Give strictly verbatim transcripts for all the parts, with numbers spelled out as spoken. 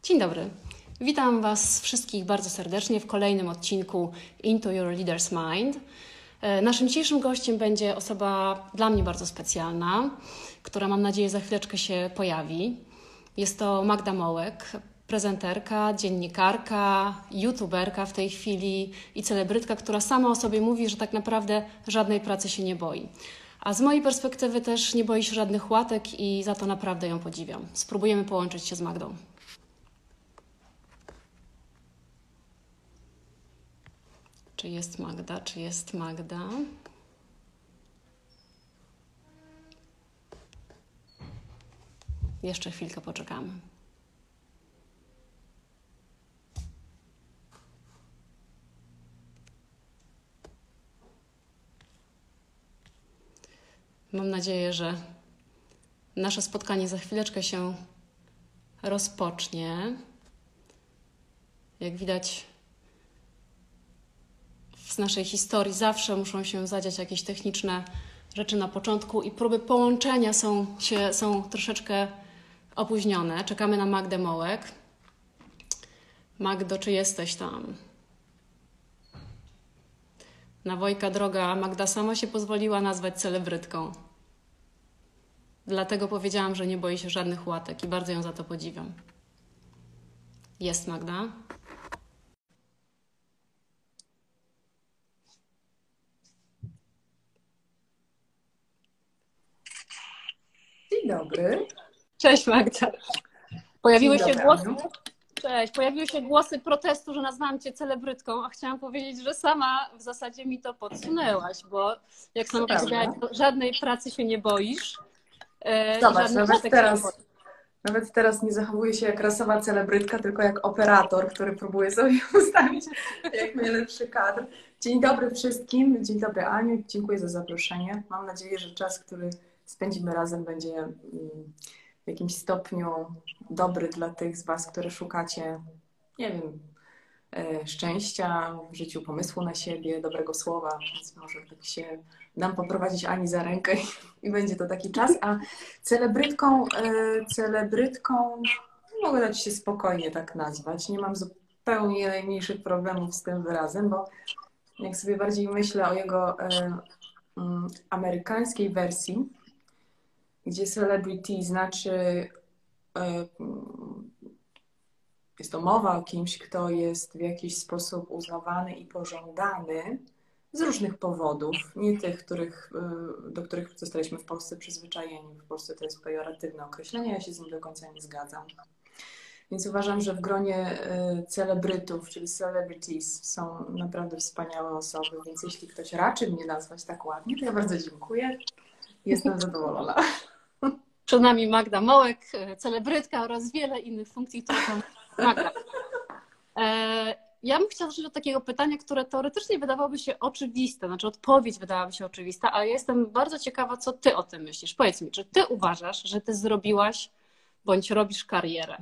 Dzień dobry. Witam Was wszystkich bardzo serdecznie w kolejnym odcinku Into Your Leader's Mind. Naszym dzisiejszym gościem będzie osoba dla mnie bardzo specjalna, która mam nadzieję za chwileczkę się pojawi. Jest to Magda Mołek, prezenterka, dziennikarka, youtuberka w tej chwili i celebrytka, która sama o sobie mówi, że tak naprawdę żadnej pracy się nie boi. A z mojej perspektywy też nie boi się żadnych łatek i za to naprawdę ją podziwiam. Spróbujemy połączyć się z Magdą. Czy jest Magda? Czy jest Magda? Jeszcze chwilkę poczekamy. Mam nadzieję, że nasze spotkanie za chwileczkę się rozpocznie. Jak widać, z naszej historii zawsze muszą się zadziać jakieś techniczne rzeczy na początku i próby połączenia są, się, są troszeczkę opóźnione. Czekamy na Magdę Mołek. Magdo, czy jesteś tam? Na Wojka droga, Magda sama się pozwoliła nazwać celebrytką. Dlatego powiedziałam, że nie boi się żadnych łatek i bardzo ją za to podziwiam. Jest Magda. Dzień dobry. Cześć Magda. Pojawiły Dzień się dobry, głosy. Aniu. Cześć. Pojawiły się głosy protestu, że nazwałam Cię celebrytką, a chciałam powiedzieć, że sama w zasadzie mi to podsunęłaś, bo jak sama Prawda. powiedziałaś, to żadnej pracy się nie boisz. E, i Zobacz, żadnych nawet łatek się nie teraz, boisz. nawet teraz nie zachowuję się jak rasowa celebrytka, tylko jak operator, który próbuje sobie ustawić jak najlepszy kadr. Dzień dobry wszystkim. Dzień dobry Aniu. Dziękuję za zaproszenie. Mam nadzieję, że czas, który spędzimy razem, będzie mm, w jakimś stopniu dobry dla tych z Was, które szukacie, nie wiem, e, szczęścia w życiu, pomysłu na siebie, dobrego słowa, więc może tak się dam poprowadzić Ani za rękę i, i będzie to taki czas, a celebrytką, e, celebrytką mogę dać się spokojnie tak nazwać, nie mam zupełnie najmniejszych problemów z tym wyrazem, bo jak sobie bardziej myślę o jego e, mm, amerykańskiej wersji, gdzie celebrity znaczy e, jest to mowa o kimś, kto jest w jakiś sposób uznawany i pożądany z różnych powodów, nie tych, których, do których zostaliśmy w Polsce przyzwyczajeni. W Polsce to jest pejoratywne określenie, ja się z nim do końca nie zgadzam. Więc uważam, że w gronie celebrytów, czyli celebrities, są naprawdę wspaniałe osoby, więc jeśli ktoś raczy mnie nazwać tak ładnie, to ja bardzo dziękuję. Jestem zadowolona. Przed nami Magda Mołek, celebrytka oraz wiele innych funkcji, które tam Magda. E, ja bym chciała zacząć od takiego pytania, które teoretycznie wydawałoby się oczywiste, znaczy odpowiedź wydawałaby się oczywista, ale ja jestem bardzo ciekawa, co Ty o tym myślisz. Powiedz mi, czy Ty uważasz, że Ty zrobiłaś bądź robisz karierę?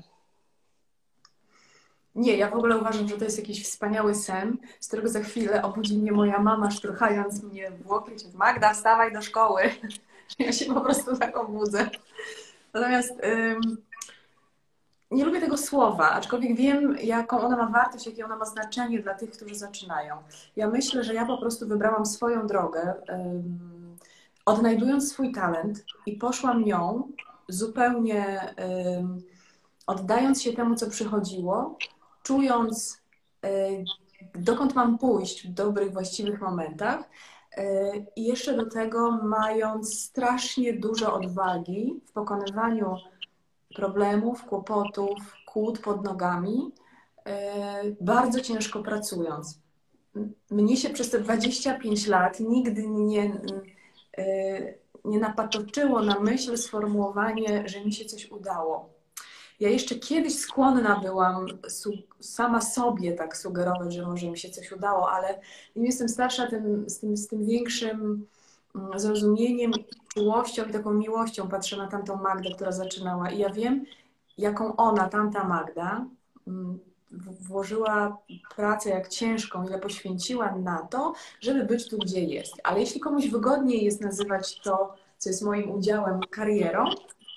Nie, ja w ogóle uważam, że to jest jakiś wspaniały sen, z którego za chwilę obudzi mnie moja mama, szturchając mnie w łokieć. Magda, wstawaj do szkoły. Ja się po prostu tak obudzę. Natomiast ym, nie lubię tego słowa, aczkolwiek wiem, jaką ona ma wartość, jakie ona ma znaczenie dla tych, którzy zaczynają. Ja myślę, że ja po prostu wybrałam swoją drogę, ym, odnajdując swój talent i poszłam nią zupełnie ym, oddając się temu, co przychodziło, czując, y, dokąd mam pójść w dobrych, właściwych momentach y, i jeszcze do tego mając strasznie dużo odwagi w pokonywaniu problemów, kłopotów, kłód pod nogami, y, bardzo ciężko pracując. Mnie się przez te dwadzieścia pięć lat nigdy nie, y, nie napatoczyło na myśl sformułowanie, że mi się coś udało. Ja jeszcze kiedyś skłonna byłam sama sobie tak sugerować, że może mi się coś udało, ale im jestem starsza, tym, z, tym, z tym większym zrozumieniem, czułością i taką miłością patrzę na tamtą Magdę, która zaczynała. I ja wiem, jaką ona, tamta Magda, włożyła pracę, jak ciężką, ile poświęciła na to, żeby być tu, gdzie jest. Ale jeśli komuś wygodniej jest nazywać to, co jest moim udziałem, karierą,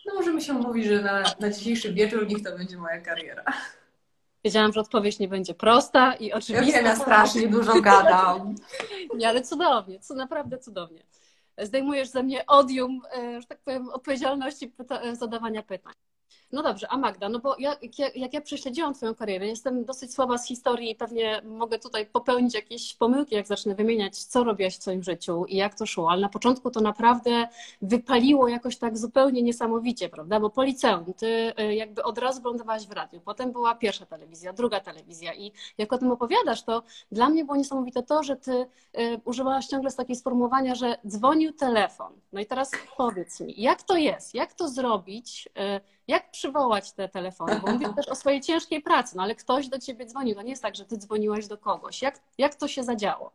No możemy się umówić, że na, na dzisiejszy wieczór niech to będzie moja kariera. Wiedziałam, że odpowiedź nie będzie prosta i Ja oczywista. wiem, ja strasznie dużo gadam. Nie, ale cudownie, co naprawdę cudownie. Zdejmujesz ze mnie odium, e, że tak powiem, odpowiedzialności pyta- zadawania pytań. No dobrze, a Magda, no bo ja, jak, jak ja prześledziłam Twoją karierę, jestem dosyć słaba z historii i pewnie mogę tutaj popełnić jakieś pomyłki, jak zacznę wymieniać, co robiłaś w swoim życiu i jak to szło, ale na początku to naprawdę wypaliło jakoś tak zupełnie niesamowicie, prawda? Bo po liceum Ty y, jakby od razu lądowałaś w radiu, potem była pierwsza telewizja, druga telewizja i jak o tym opowiadasz, to dla mnie było niesamowite to, że Ty y, używałaś ciągle z takiego sformułowania, że dzwonił telefon. No i teraz powiedz mi, jak to jest, jak to zrobić, y, jak przywołać te telefony? Bo mówię też o swojej ciężkiej pracy, no ale ktoś do ciebie dzwonił. To nie jest tak, że ty dzwoniłaś do kogoś. Jak, jak to się zadziało?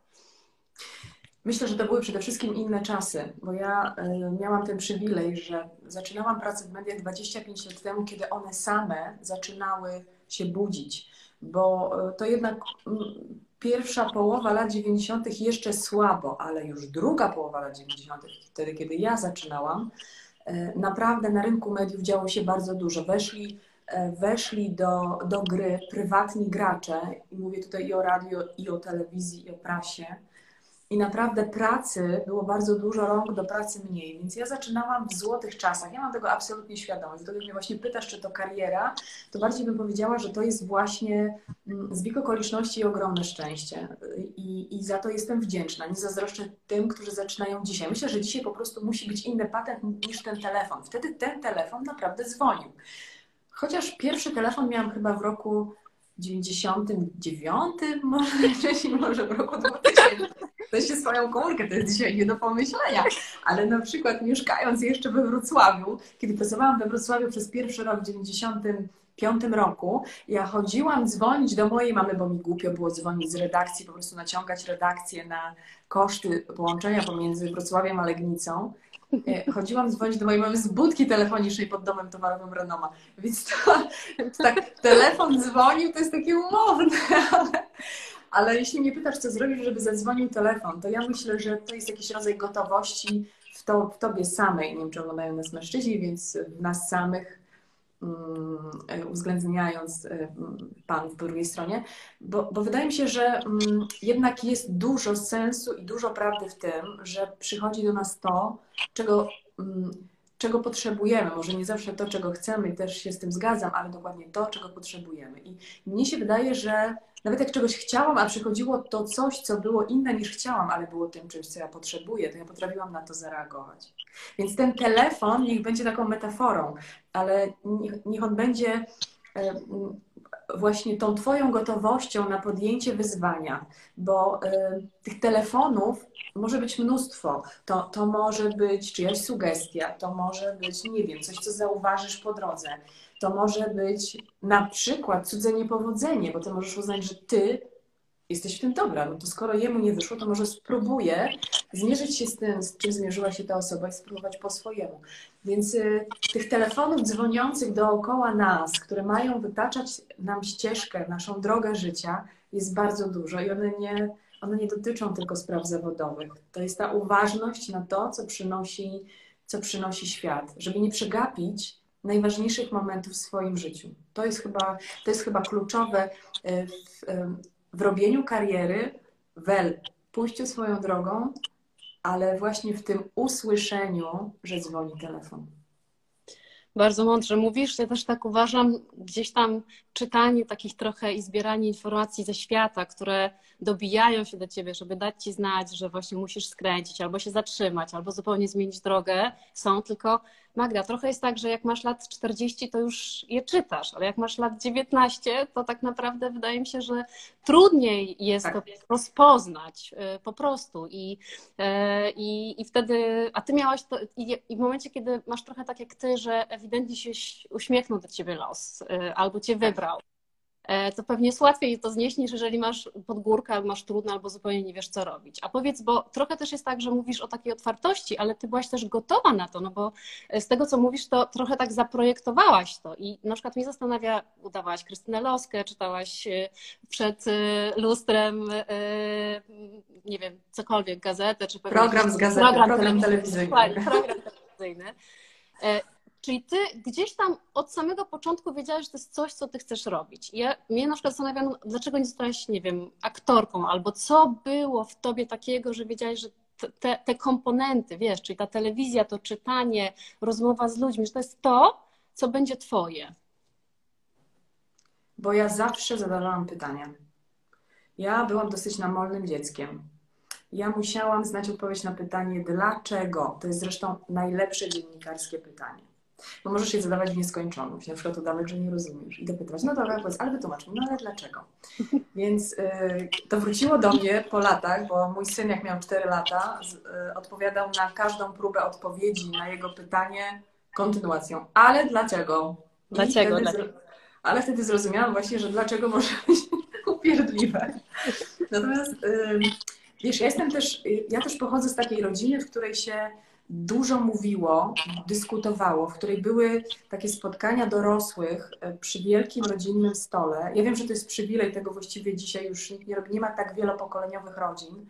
Myślę, że to były przede wszystkim inne czasy, bo ja y, miałam ten przywilej, że zaczynałam pracę w mediach dwadzieścia pięć lat temu, kiedy one same zaczynały się budzić, bo y, to jednak y, pierwsza połowa lat dziewięćdziesiątych jeszcze słabo, ale już druga połowa lat dziewięćdziesiątych, wtedy kiedy ja zaczynałam, naprawdę na rynku mediów działo się bardzo dużo. Weszli, weszli do, do gry prywatni gracze, i mówię tutaj i o radio, i o telewizji, i o prasie. I naprawdę pracy było bardzo dużo, rąk do pracy mniej, więc ja zaczynałam w złotych czasach. Ja mam tego absolutnie świadomość. Dlatego jak mnie właśnie pytasz, czy to kariera, to bardziej bym powiedziała, że to jest właśnie zbieg okoliczności i ogromne szczęście. I, I za to jestem wdzięczna. Nie zazdroszczę tym, którzy zaczynają dzisiaj. Myślę, że dzisiaj po prostu musi być inny patent niż ten telefon. Wtedy ten telefon naprawdę dzwonił. Chociaż pierwszy telefon miałam chyba w roku dziewięćdziesiątym dziewiątym, może wcześniej, może w roku dwutysięcznym. To się swoją komórkę, to jest dzisiaj nie do pomyślenia. Ale na przykład mieszkając jeszcze we Wrocławiu, kiedy pracowałam we Wrocławiu przez pierwszy rok w dziewięćdziesiątym piątym roku, ja chodziłam dzwonić do mojej mamy, bo mi głupio było dzwonić z redakcji, po prostu naciągać redakcję na koszty połączenia pomiędzy Wrocławiem a Legnicą. Chodziłam dzwonić do mojej mamy z budki telefonicznej pod domem towarowym Renoma. Więc to, tak telefon dzwonił, to jest takie umowne, ale, ale jeśli mnie pytasz, co zrobić, żeby zadzwonił telefon, to ja myślę, że to jest jakiś rodzaj gotowości w, to, w tobie samej. Nie wiem, czy oglądają nas mężczyźni, więc w nas samych, um, uwzględniając um, pan w drugiej stronie, bo, bo wydaje mi się, że um, jednak jest dużo sensu i dużo prawdy w tym, że przychodzi do nas to, czego, um, czego potrzebujemy. Może nie zawsze to, czego chcemy, i też się z tym zgadzam, ale dokładnie to, czego potrzebujemy. I mnie się wydaje, że nawet jak czegoś chciałam, a przychodziło to coś, co było inne niż chciałam, ale było tym czymś, co ja potrzebuję, to ja potrafiłam na to zareagować. Więc ten telefon niech będzie taką metaforą, ale niech, niech on będzie właśnie tą twoją gotowością na podjęcie wyzwania, bo y, tych telefonów może być mnóstwo. To, to może być czyjaś sugestia, to może być, nie wiem, coś, co zauważysz po drodze. To może być na przykład cudze niepowodzenie, bo ty możesz uznać, że ty jesteś w tym dobra. No to skoro jemu nie wyszło, to może spróbuję zmierzyć się z tym, z czym zmierzyła się ta osoba i spróbować po swojemu. Więc y, tych telefonów dzwoniących dookoła nas, które mają wytaczać nam ścieżkę, naszą drogę życia, jest bardzo dużo i one nie, one nie dotyczą tylko spraw zawodowych. To jest ta uważność na to, co przynosi, co przynosi świat, żeby nie przegapić najważniejszych momentów w swoim życiu. To jest chyba, to jest chyba kluczowe w, w robieniu kariery, wel, pójściu swoją drogą, ale właśnie w tym usłyszeniu, że dzwoni telefon. Bardzo mądrze mówisz. Ja też tak uważam, gdzieś tam czytanie takich trochę i zbieranie informacji ze świata, które dobijają się do ciebie, żeby dać ci znać, że właśnie musisz skręcić, albo się zatrzymać, albo zupełnie zmienić drogę, są. Tylko Magda, trochę jest tak, że jak masz lat czterdzieści, to już je czytasz, ale jak masz lat dziewiętnaście, to tak naprawdę wydaje mi się, że trudniej jest Tak. to rozpoznać po prostu. I, i, i wtedy, a ty miałaś to, i, i w momencie, kiedy masz trochę tak jak ty, że ewidentnie się uśmiechnął do ciebie los, albo cię wybrał, to pewnie jest łatwiej to znieść, niż jeżeli masz pod górkę, albo masz trudno, albo zupełnie nie wiesz, co robić. A powiedz, bo trochę też jest tak, że mówisz o takiej otwartości, ale ty byłaś też gotowa na to, no bo z tego, co mówisz, to trochę tak zaprojektowałaś to. I na przykład mnie zastanawia, udawałaś Krystynę Loskę, czytałaś przed lustrem, nie wiem, cokolwiek, gazetę, czy pewnie... Program z gazety, program, program telewizyjny. Program telewizyjny. Czyli ty gdzieś tam od samego początku wiedziałaś, że to jest coś, co ty chcesz robić. Ja, mnie na przykład zastanawiam, dlaczego nie zostałaś, nie wiem, aktorką, albo co było w tobie takiego, że wiedziałaś, że te, te komponenty, wiesz, czyli ta telewizja, to czytanie, rozmowa z ludźmi, że to jest to, co będzie twoje. Bo ja zawsze zadawałam pytania. Ja byłam dosyć namolnym dzieckiem. Ja musiałam znać odpowiedź na pytanie dlaczego. To jest zresztą najlepsze dziennikarskie pytanie. Bo możesz je zadawać w nieskończoność. Na przykład udawać, że nie rozumiesz. I dopytywać, no dobra, powiedz, ale wytłumacz mi, no ale dlaczego? Więc yy, to wróciło do mnie po latach, bo mój syn, jak miał cztery lata, z, yy, odpowiadał na każdą próbę odpowiedzi na jego pytanie kontynuacją. Ale dlaczego? I Dlaczego? wtedy dlaczego? zro... Ale wtedy zrozumiałam właśnie, że dlaczego może być upierdliwe. Natomiast yy, wiesz, ja jestem też, ja też pochodzę z takiej rodziny, w której się dużo mówiło, dyskutowało, w której były takie spotkania dorosłych przy wielkim rodzinnym stole. Ja wiem, że to jest przywilej, tego właściwie dzisiaj już nikt nie robi, nie ma tak wielopokoleniowych rodzin.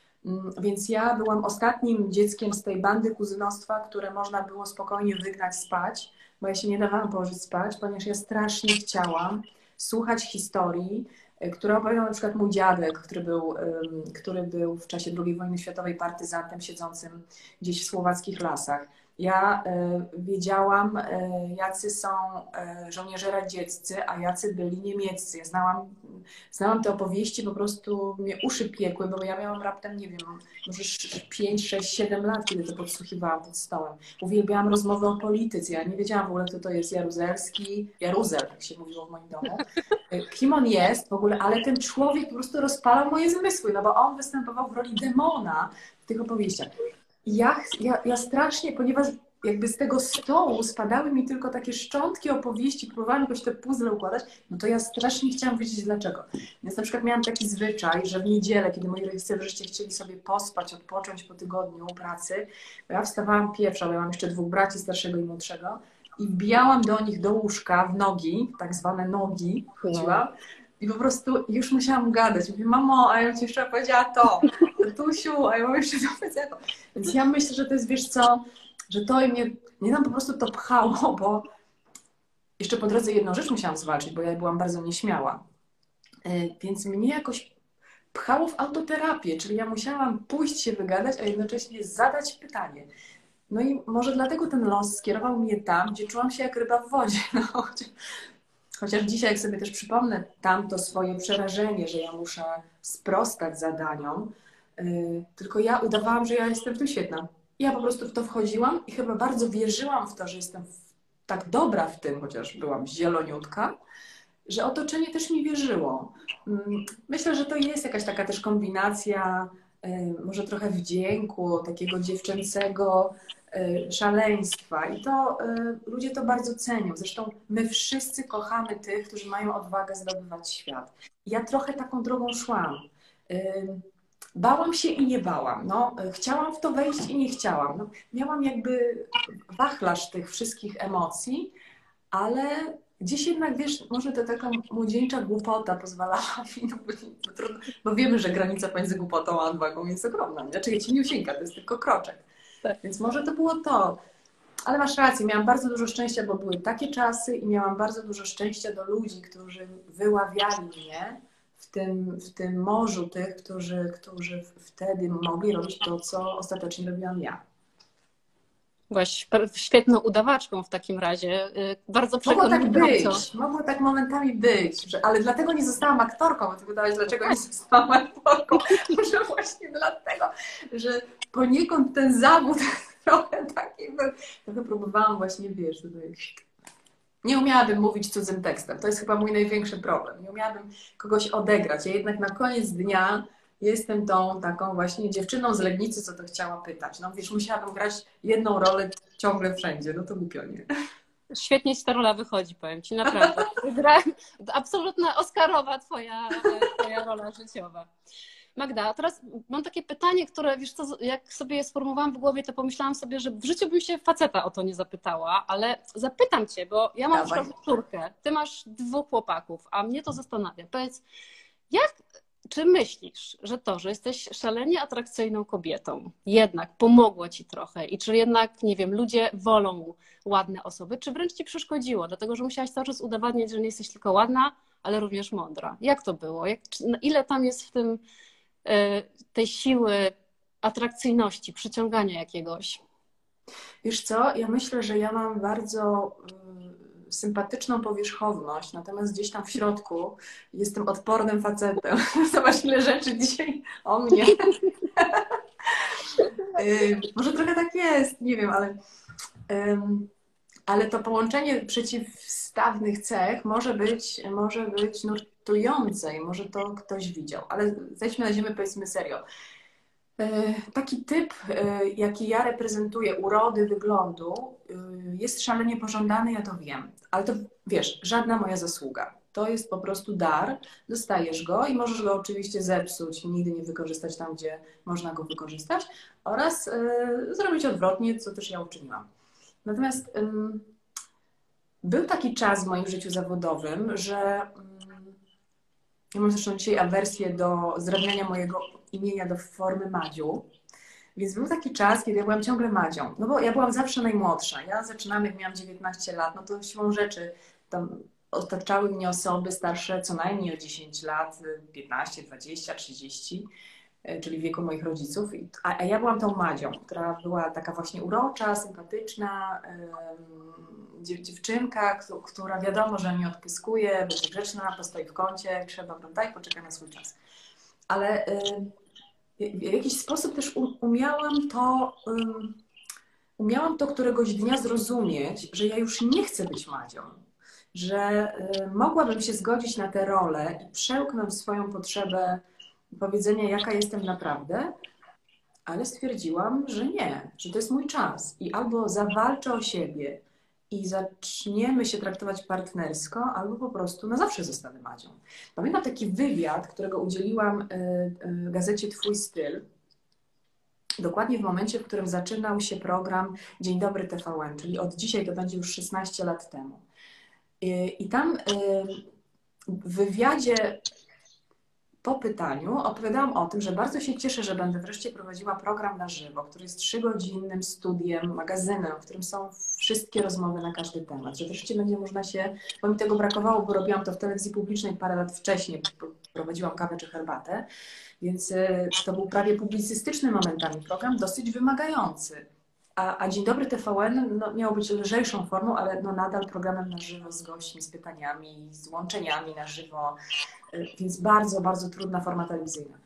Więc ja byłam ostatnim dzieckiem z tej bandy kuzynostwa, które można było spokojnie wygnać spać, bo ja się nie dawałam położyć spać, ponieważ ja strasznie chciałam słuchać historii, które opowiadał na przykład mój dziadek, który był, który był w czasie drugiej wojny światowej partyzantem siedzącym gdzieś w słowackich lasach. Ja wiedziałam, jacy są żołnierze radzieccy, a jacy byli niemieccy. Ja znałam, znałam te opowieści, po prostu mnie uszy piekły, bo ja miałam raptem, nie wiem, może pięć, sześć, siedem lat, kiedy to podsłuchiwałam pod stołem. Uwielbiałam rozmowy o polityce. Ja nie wiedziałam w ogóle, kto to jest Jaruzelski, Jaruzel, jak się mówiło w moim domu. Kim on jest w ogóle, ale ten człowiek po prostu rozpalał moje zmysły, no bo on występował w roli demona w tych opowieściach. I ja, ja, ja strasznie, ponieważ jakby z tego stołu spadały mi tylko takie szczątki opowieści, próbowałam jakoś te puzzle układać, no to ja strasznie chciałam wiedzieć dlaczego. Więc na przykład miałam taki zwyczaj, że w niedzielę, kiedy moi rodzice wreszcie chcieli sobie pospać, odpocząć po tygodniu pracy, ja wstawałam pierwsza, bo ja mam jeszcze dwóch braci, starszego i młodszego, i wbijałam do nich do łóżka w nogi, tak zwane nogi, chodziłam. I po prostu już musiałam gadać. Mówię, mamo, a ja ci jeszcze powiedziała to, Tusiu, a ja mam jeszcze to powiedziała. Więc ja myślę, że to jest, wiesz co, że to i mnie, mnie tam po prostu to pchało, bo jeszcze po drodze jedną rzecz musiałam zwalczyć, bo ja byłam bardzo nieśmiała. Więc mnie jakoś pchało w autoterapię, czyli ja musiałam pójść się wygadać, a jednocześnie zadać pytanie. No i może dlatego ten los skierował mnie tam, gdzie czułam się jak ryba w wodzie. No, chociaż dzisiaj, jak sobie też przypomnę tamto swoje przerażenie, że ja muszę sprostać zadaniom, yy, tylko ja udawałam, że ja jestem w tym świetna. Ja po prostu w to wchodziłam i chyba bardzo wierzyłam w to, że jestem w, tak dobra w tym, chociaż byłam zieloniutka, że otoczenie też mi wierzyło. Yy, myślę, że to jest jakaś taka też kombinacja yy, może trochę wdzięku, takiego dziewczęcego szaleństwa i to y, ludzie to bardzo cenią. Zresztą my wszyscy kochamy tych, którzy mają odwagę zdobywać świat. Ja trochę taką drogą szłam. Y, bałam się i nie bałam. No, chciałam w to wejść i nie chciałam. No, miałam jakby wachlarz tych wszystkich emocji, ale gdzieś jednak, wiesz, może to taka młodzieńcza głupota pozwalała mi, no, bo, trudno, bo wiemy, że granica pomiędzy głupotą a odwagą jest ogromna. Znaczy, ja ci nie usięga, to jest tylko kroczek. Więc może to było to. Ale masz rację, miałam bardzo dużo szczęścia, bo były takie czasy i miałam bardzo dużo szczęścia do ludzi, którzy wyławiali mnie w tym, w tym morzu tych, którzy, którzy wtedy mogli robić to, co ostatecznie robiłam ja. Byłaś świetną udawaczką w takim razie. Bardzo Mogło tak przekonująco. być, mogło tak momentami być, że, ale dlatego nie zostałam aktorką, bo ty pytałeś, dlaczego nie zostałam aktorką. Może właśnie dlatego, że poniekąd ten zawód trochę taki był. Trochę próbowałam właśnie, wiesz, tutaj... Nie umiałabym mówić cudzym tekstem. To jest chyba mój największy problem. Nie umiałabym kogoś odegrać. Ja jednak na koniec dnia jestem tą taką właśnie dziewczyną z Legnicy, co to chciała pytać. No wiesz, musiałabym grać jedną rolę ciągle wszędzie. No to głupio, nie? Świetnie ci ta rola wychodzi, powiem ci, naprawdę. Gra, absolutna Oscarowa twoja, twoja rola życiowa. Magda, a teraz mam takie pytanie, które, wiesz co, jak sobie je sformułowałam w głowie, to pomyślałam sobie, że w życiu bym się faceta o to nie zapytała, ale zapytam cię, bo ja mam na przykład córkę, ty masz dwóch chłopaków, a mnie to zastanawia. Powiedz, jak czy myślisz, że to, że jesteś szalenie atrakcyjną kobietą, jednak pomogło ci trochę i czy jednak, nie wiem, ludzie wolą ładne osoby, czy wręcz ci przeszkodziło, dlatego że musiałaś cały czas udowadniać, że nie jesteś tylko ładna, ale również mądra. Jak to było? Jak, czy, no ile tam jest w tym e, tej siły atrakcyjności, przyciągania jakiegoś? Wiesz co, ja myślę, że ja mam bardzo y, sympatyczną powierzchowność, natomiast gdzieś tam w środku jestem odpornym facetem. Zobacz, ile rzeczy dzisiaj o mnie. Y, może trochę tak jest, nie wiem, ale, ym, ale to połączenie przeciwstawnych cech może być, może być nurtujące i może to ktoś widział. Ale zejdźmy na ziemię, powiedzmy serio. Taki typ, jaki ja reprezentuję, urody, wyglądu, jest szalenie pożądany, ja to wiem. Ale to, wiesz, żadna moja zasługa. To jest po prostu dar, dostajesz go i możesz go oczywiście zepsuć, nigdy nie wykorzystać tam, gdzie można go wykorzystać oraz y, zrobić odwrotnie, co też ja uczyniłam. Natomiast y, był taki czas w moim życiu zawodowym, że y, ja mam zresztą dzisiaj awersję do zdrabniania mojego imienia do formy Madziu. Więc był taki czas, kiedy ja byłam ciągle Madzią. No bo ja byłam zawsze najmłodsza. Ja zaczynałam, jak miałam dziewiętnaście lat, no to siłą rzeczy tam otaczały mnie osoby starsze co najmniej o dziesięć lat, piętnaście, dwadzieścia, trzydzieści, czyli w wieku moich rodziców. A, a ja byłam tą Madzią, która była taka właśnie urocza, sympatyczna, yy, dziewczynka, która wiadomo, że nie odpyskuje, będzie grzeczna, postoi w kącie, trzeba, prawda, i poczeka na swój czas. Ale yy, w jakiś sposób też umiałam to, yy, umiałam to któregoś dnia zrozumieć, że ja już nie chcę być Madzią, że yy, mogłabym się zgodzić na tę rolę i przełknąć swoją potrzebę powiedzenia, jaka jestem naprawdę, ale stwierdziłam, że nie, że to jest mój czas i albo zawalczę o siebie i zaczniemy się traktować partnersko, albo po prostu na zawsze zostanę Madzią. Pamiętam taki wywiad, którego udzieliłam gazecie Twój styl, dokładnie w momencie, w którym zaczynał się program Dzień Dobry T V N, czyli od dzisiaj to będzie już szesnaście lat temu. I tam w wywiadzie po pytaniu opowiadałam o tym, że bardzo się cieszę, że będę wreszcie prowadziła program na żywo, który jest trzygodzinnym studiem, magazynem, w którym są wszystkie rozmowy na każdy temat, że wreszcie będzie można się, bo mi tego brakowało, bo robiłam to w telewizji publicznej parę lat wcześniej, prowadziłam kawę czy herbatę, więc to był prawie publicystyczny momentami program, dosyć wymagający. A, a Dzień Dobry T V N no, miał być lżejszą formą, ale no, nadal programem na żywo z gośćmi, z pytaniami, z łączeniami na żywo, więc bardzo, bardzo trudna forma telewizyjna.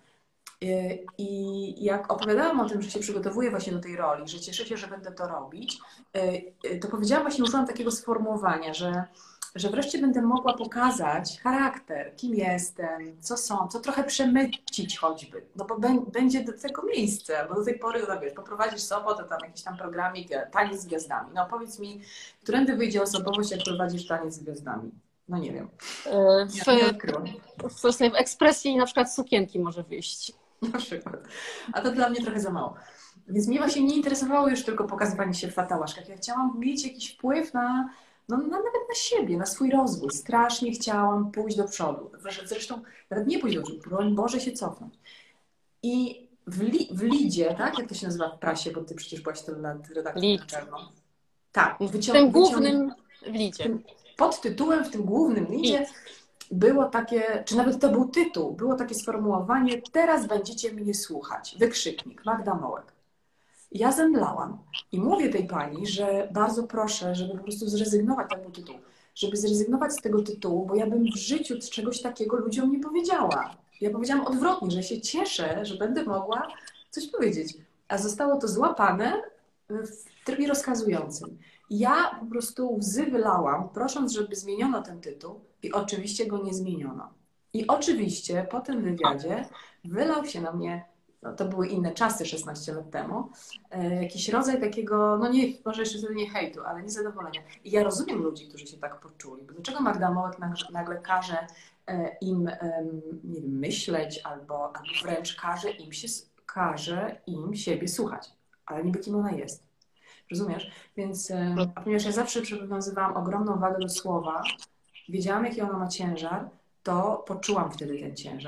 I jak opowiadałam o tym, że się przygotowuję właśnie do tej roli, że cieszę się, że będę to robić, to powiedziałam właśnie, użyłam takiego sformułowania, że, że wreszcie będę mogła pokazać charakter, kim jestem, co są, co trochę przemycić choćby, no bo będzie do tego miejsce, bo do tej pory, no wiesz, poprowadzisz sobotę, tam jakiś tam programik, taniec z gwiazdami. No powiedz mi, którędy wyjdzie osobowość, jak prowadzisz taniec z gwiazdami? No nie wiem. W, w, w ekspresji na przykład sukienki może wyjść. Na przykład. A to dla mnie trochę za mało. Więc mnie właśnie nie interesowało już tylko pokazywanie się w fatałaszkach. Ja chciałam mieć jakiś wpływ na, no, na, nawet na siebie, na swój rozwój. Strasznie chciałam pójść do przodu. Zresztą nawet nie pójść do przodu, broń Boże się cofnąć. I w, li, w lidzie, tak? Jak to się nazywa w prasie, bo ty przecież byłaś tyle lat redaktorem naczelną. Tak. Wycią- w tym głównym w lidzie. Tym, pod tytułem w tym głównym lidzie było takie, czy nawet to był tytuł, było takie sformułowanie: teraz będziecie mnie słuchać. Wykrzyknik, Magda Mołek. Ja zemdlałam i mówię tej pani, że bardzo proszę, żeby po prostu zrezygnować, tak był tytuł, żeby zrezygnować z tego tytułu, bo ja bym w życiu czegoś takiego ludziom nie powiedziała. Ja powiedziałam odwrotnie, że się cieszę, że będę mogła coś powiedzieć. A zostało to złapane w trybie rozkazującym. Ja po prostu łzy wylałam, prosząc, żeby zmieniono ten tytuł i oczywiście go nie zmieniono. I oczywiście po tym wywiadzie wylał się na mnie, no to były inne czasy szesnaście lat temu, e, jakiś rodzaj takiego, no nie, może jeszcze wtedy nie hejtu, ale niezadowolenia. I ja rozumiem ludzi, którzy się tak poczuli. Bo dlaczego Magda Mołek nagle każe e, im, e, nie wiem, myśleć albo, albo wręcz każe im, się, każe im siebie słuchać, ale niby kim ona jest. Rozumiesz? Więc, a ponieważ ja zawsze przywiązywałam ogromną wagę do słowa, wiedziałam, jaki ono ma ciężar, to poczułam wtedy ten ciężar.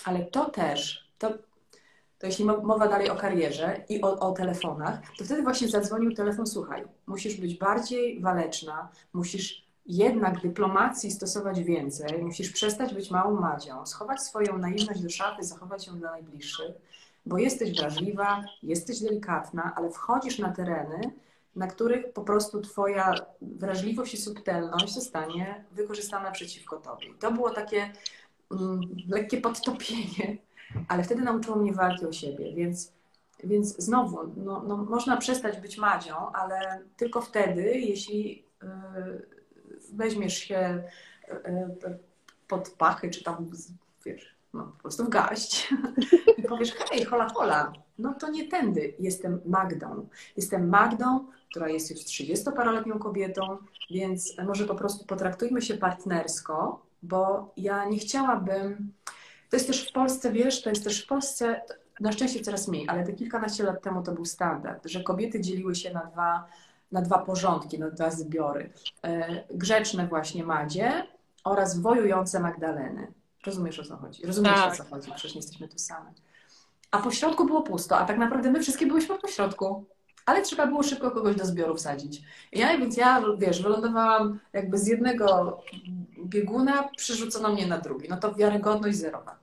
Ale to też, to, to jeśli mowa dalej o karierze i o, o telefonach, to wtedy właśnie zadzwonił telefon, słuchaj, musisz być bardziej waleczna, musisz jednak dyplomacji stosować więcej, musisz przestać być małą Madzią, schować swoją naiwność do szafy, zachować ją dla najbliższych, bo jesteś wrażliwa, jesteś delikatna, ale wchodzisz na tereny, na których po prostu twoja wrażliwość i subtelność zostanie wykorzystana przeciwko tobie. I to było takie mm, lekkie podtopienie, ale wtedy nauczyło mnie walki o siebie, więc, więc znowu, no, no, można przestać być Madzią, ale tylko wtedy, jeśli yy, weźmiesz się yy, pod pachy, czy tam, wiesz, no, po prostu w garść i powiesz, hej, hola, hola, no to nie tędy, jestem Magdą. Jestem Magdą, która jest już trzydziestoparoletnią kobietą, więc może po prostu potraktujmy się partnersko, bo ja nie chciałabym, to jest też w Polsce, wiesz, to jest też w Polsce, na szczęście coraz mniej, ale te kilkanaście lat temu to był standard, że kobiety dzieliły się na dwa, na dwa porządki, na dwa zbiory. Grzeczne właśnie Madzie oraz wojujące Magdaleny. Rozumiesz, o co chodzi? Rozumiesz, tak. O co chodzi? Przecież nie jesteśmy tu same. A po środku było pusto, a tak naprawdę my wszystkie byłyśmy po środku. Ale trzeba było szybko kogoś do zbioru wsadzić. Ja, więc ja, wiesz, wylądowałam jakby z jednego bieguna, przerzucono mnie na drugi. No to wiarygodność zerowa.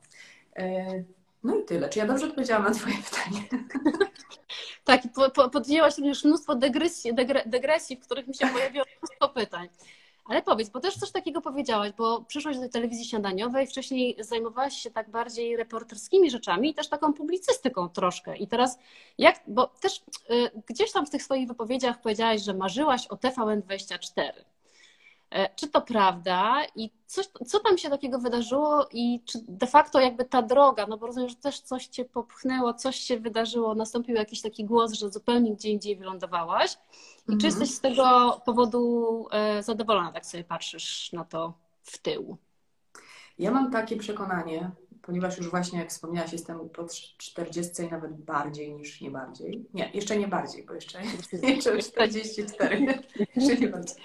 No i tyle. Czy ja dobrze odpowiedziałam na twoje pytanie? Tak, i po, po, podjęłaś również mnóstwo dygresji, dygresji, w których mi się pojawiło mnóstwo pytań. Ale powiedz, bo też coś takiego powiedziałaś, bo przyszłaś do telewizji śniadaniowej, wcześniej zajmowałaś się tak bardziej reporterskimi rzeczami i też taką publicystyką troszkę. I teraz jak, bo też y, gdzieś tam w tych swoich wypowiedziach powiedziałaś, że marzyłaś o T V N dwadzieścia cztery. Czy to prawda i coś, co tam się takiego wydarzyło i czy de facto jakby ta droga, no bo rozumiem, że też coś cię popchnęło, coś się wydarzyło, nastąpił jakiś taki głos, że zupełnie gdzie indziej wylądowałaś i Mhm. czy jesteś z tego powodu zadowolona, tak sobie patrzysz na to w tył? Ja mam takie przekonanie, ponieważ już właśnie jak wspomniałaś, jestem po czterdziestce i nawet bardziej niż nie bardziej. Nie, jeszcze nie bardziej, bo jeszcze, jeszcze czterdzieści cztery, jeszcze nie bardziej.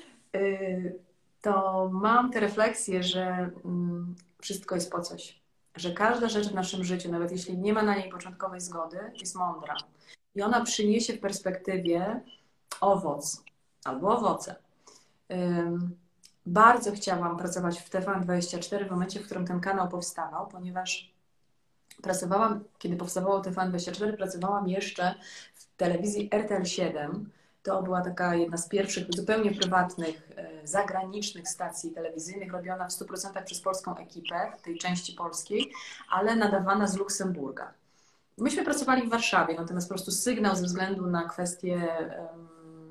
To mam tę refleksję, że wszystko jest po coś. Że każda rzecz w naszym życiu, nawet jeśli nie ma na niej początkowej zgody, jest mądra. I ona przyniesie w perspektywie owoc albo owoce. Bardzo chciałam pracować w T V N dwadzieścia cztery w momencie, w którym ten kanał powstawał, ponieważ pracowałam, kiedy powstawało T V N dwadzieścia cztery, pracowałam jeszcze w telewizji R T L siedem. To była taka jedna z pierwszych zupełnie prywatnych, zagranicznych stacji telewizyjnych, robiona w stu procentach przez polską ekipę, w tej części polskiej, ale nadawana z Luksemburga. Myśmy pracowali w Warszawie, natomiast po prostu sygnał ze względu na kwestię um,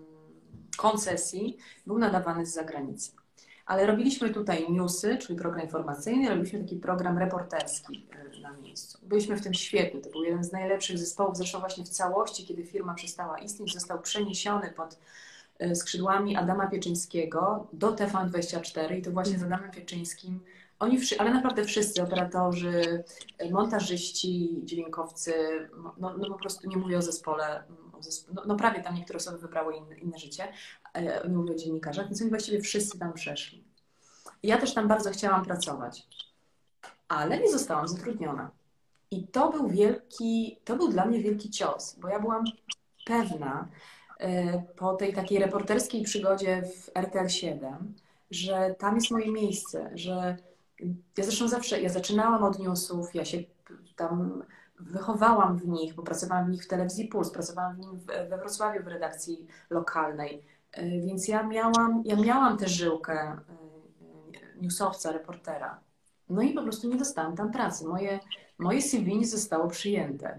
koncesji był nadawany z zagranicy. Ale robiliśmy tutaj newsy, czyli program informacyjny, robiliśmy taki program reporterski na miejscu. Byliśmy w tym świetni, to był jeden z najlepszych zespołów, zresztą właśnie w całości, kiedy firma przestała istnieć, został przeniesiony pod skrzydłami Adama Pieczyńskiego do T V N dwadzieścia cztery i to właśnie z Adamem Pieczyńskim, oni, ale naprawdę wszyscy, operatorzy, montażyści, dźwiękowcy, no, no po prostu nie mówię o zespole, o zespole no, no prawie tam niektóre osoby wybrały inne, inne życie, nie mówię o dziennikarzach, więc oni właściwie wszyscy tam przeszli. I ja też tam bardzo chciałam pracować, ale nie zostałam zatrudniona. I to był wielki, to był dla mnie wielki cios, bo ja byłam pewna po tej takiej reporterskiej przygodzie w R T L siedem, że tam jest moje miejsce, że ja zresztą zawsze, ja zaczynałam od newsów, ja się tam wychowałam w nich, bo pracowałam w nich w Telewizji Puls, pracowałam w nim we Wrocławiu w redakcji lokalnej, więc ja miałam, ja miałam tę żyłkę newsowca, reportera. No i po prostu nie dostałam tam pracy. Moje, moje C V nie zostało przyjęte.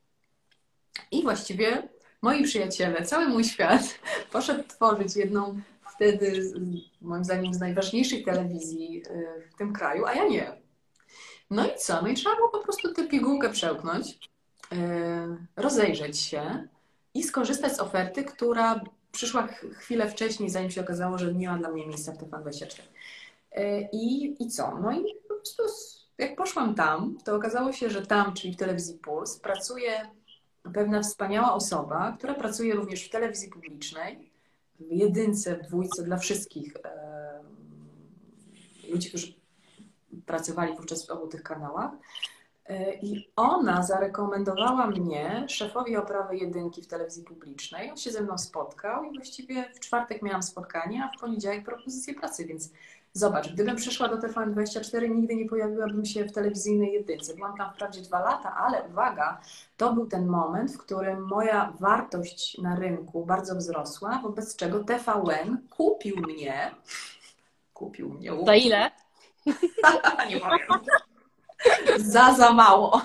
I właściwie moi przyjaciele, cały mój świat poszedł tworzyć jedną wtedy, moim zdaniem, z najważniejszych telewizji w tym kraju, a ja nie. No i co? No i trzeba było po prostu tę pigułkę przełknąć, rozejrzeć się i skorzystać z oferty, która przyszła chwilę wcześniej, zanim się okazało, że nie ma dla mnie miejsca w T V N dwadzieścia cztery. I, I co? No i po prostu jak poszłam tam, to okazało się, że tam, czyli w Telewizji Puls, pracuje pewna wspaniała osoba, która pracuje również w telewizji publicznej, w jedynce, w dwójce dla wszystkich e, ludzi, którzy pracowali wówczas w obu tych kanałach. I ona zarekomendowała mnie szefowi oprawy jedynki w telewizji publicznej. On się ze mną spotkał i właściwie w czwartek miałam spotkanie, a w poniedziałek propozycję pracy, więc zobacz, gdybym przyszła do T V N dwadzieścia cztery, nigdy nie pojawiłabym się w telewizyjnej jedynce. Byłam tam wprawdzie dwa lata, ale uwaga, to był ten moment, w którym moja wartość na rynku bardzo wzrosła, wobec czego T V N kupił mnie, kupił mnie. Za ile? Nie powiem. Za za mało.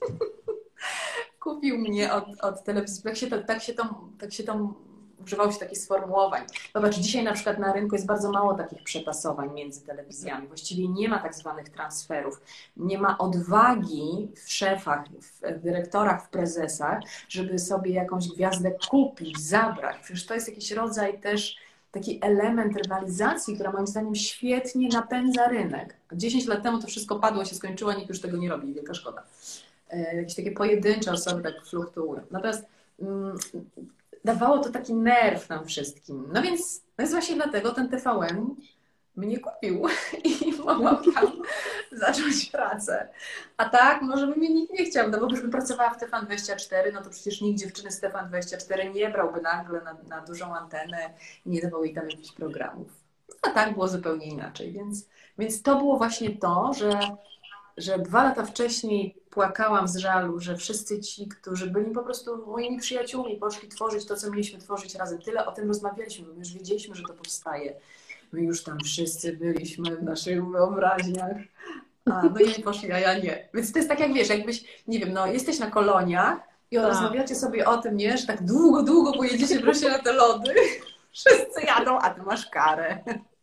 Kupił mnie od, od telewizji. Tak się, to, tak, się to, tak się to używało się takich sformułowań. Zobacz, dzisiaj na przykład na rynku jest bardzo mało takich przetasowań między telewizjami. Właściwie nie ma tak zwanych transferów. Nie ma odwagi w szefach, w dyrektorach, w prezesach, żeby sobie jakąś gwiazdę kupić, zabrać. Przecież to jest jakiś rodzaj też taki element rywalizacji, która moim zdaniem świetnie napędza rynek. dziesięć lat temu to wszystko padło, się skończyło, nikt już tego nie robi, wielka szkoda. Jakieś takie pojedyncze osoby tak fluktuują. Natomiast mm, dawało to taki nerw nam wszystkim. No więc, no więc właśnie dlatego ten T V N mnie kupił i mogłam tam zacząć pracę. A tak, może by mnie nikt nie chciał, no bo gdybym pracowała w T V N dwadzieścia cztery, no to przecież nikt dziewczyny z T V N dwadzieścia cztery nie brałby nagle na, na dużą antenę i nie dawał jej tam jakichś programów. A tak było zupełnie inaczej, więc, więc to było właśnie to, że, że dwa lata wcześniej płakałam z żalu, że wszyscy ci, którzy byli po prostu moimi przyjaciółmi, poszli tworzyć to, co mieliśmy tworzyć razem. Tyle o tym rozmawialiśmy, bo my już wiedzieliśmy, że to powstaje. My już tam wszyscy byliśmy w naszych wyobraźniach. A, no i poszli, a ja nie. Więc to jest tak jak wiesz, jakbyś, nie wiem, no jesteś na koloniach i Tak. rozmawiacie sobie o tym, nie, że tak długo, długo pojedziecie wreszcie na te lody. Wszyscy jadą, a ty masz karę.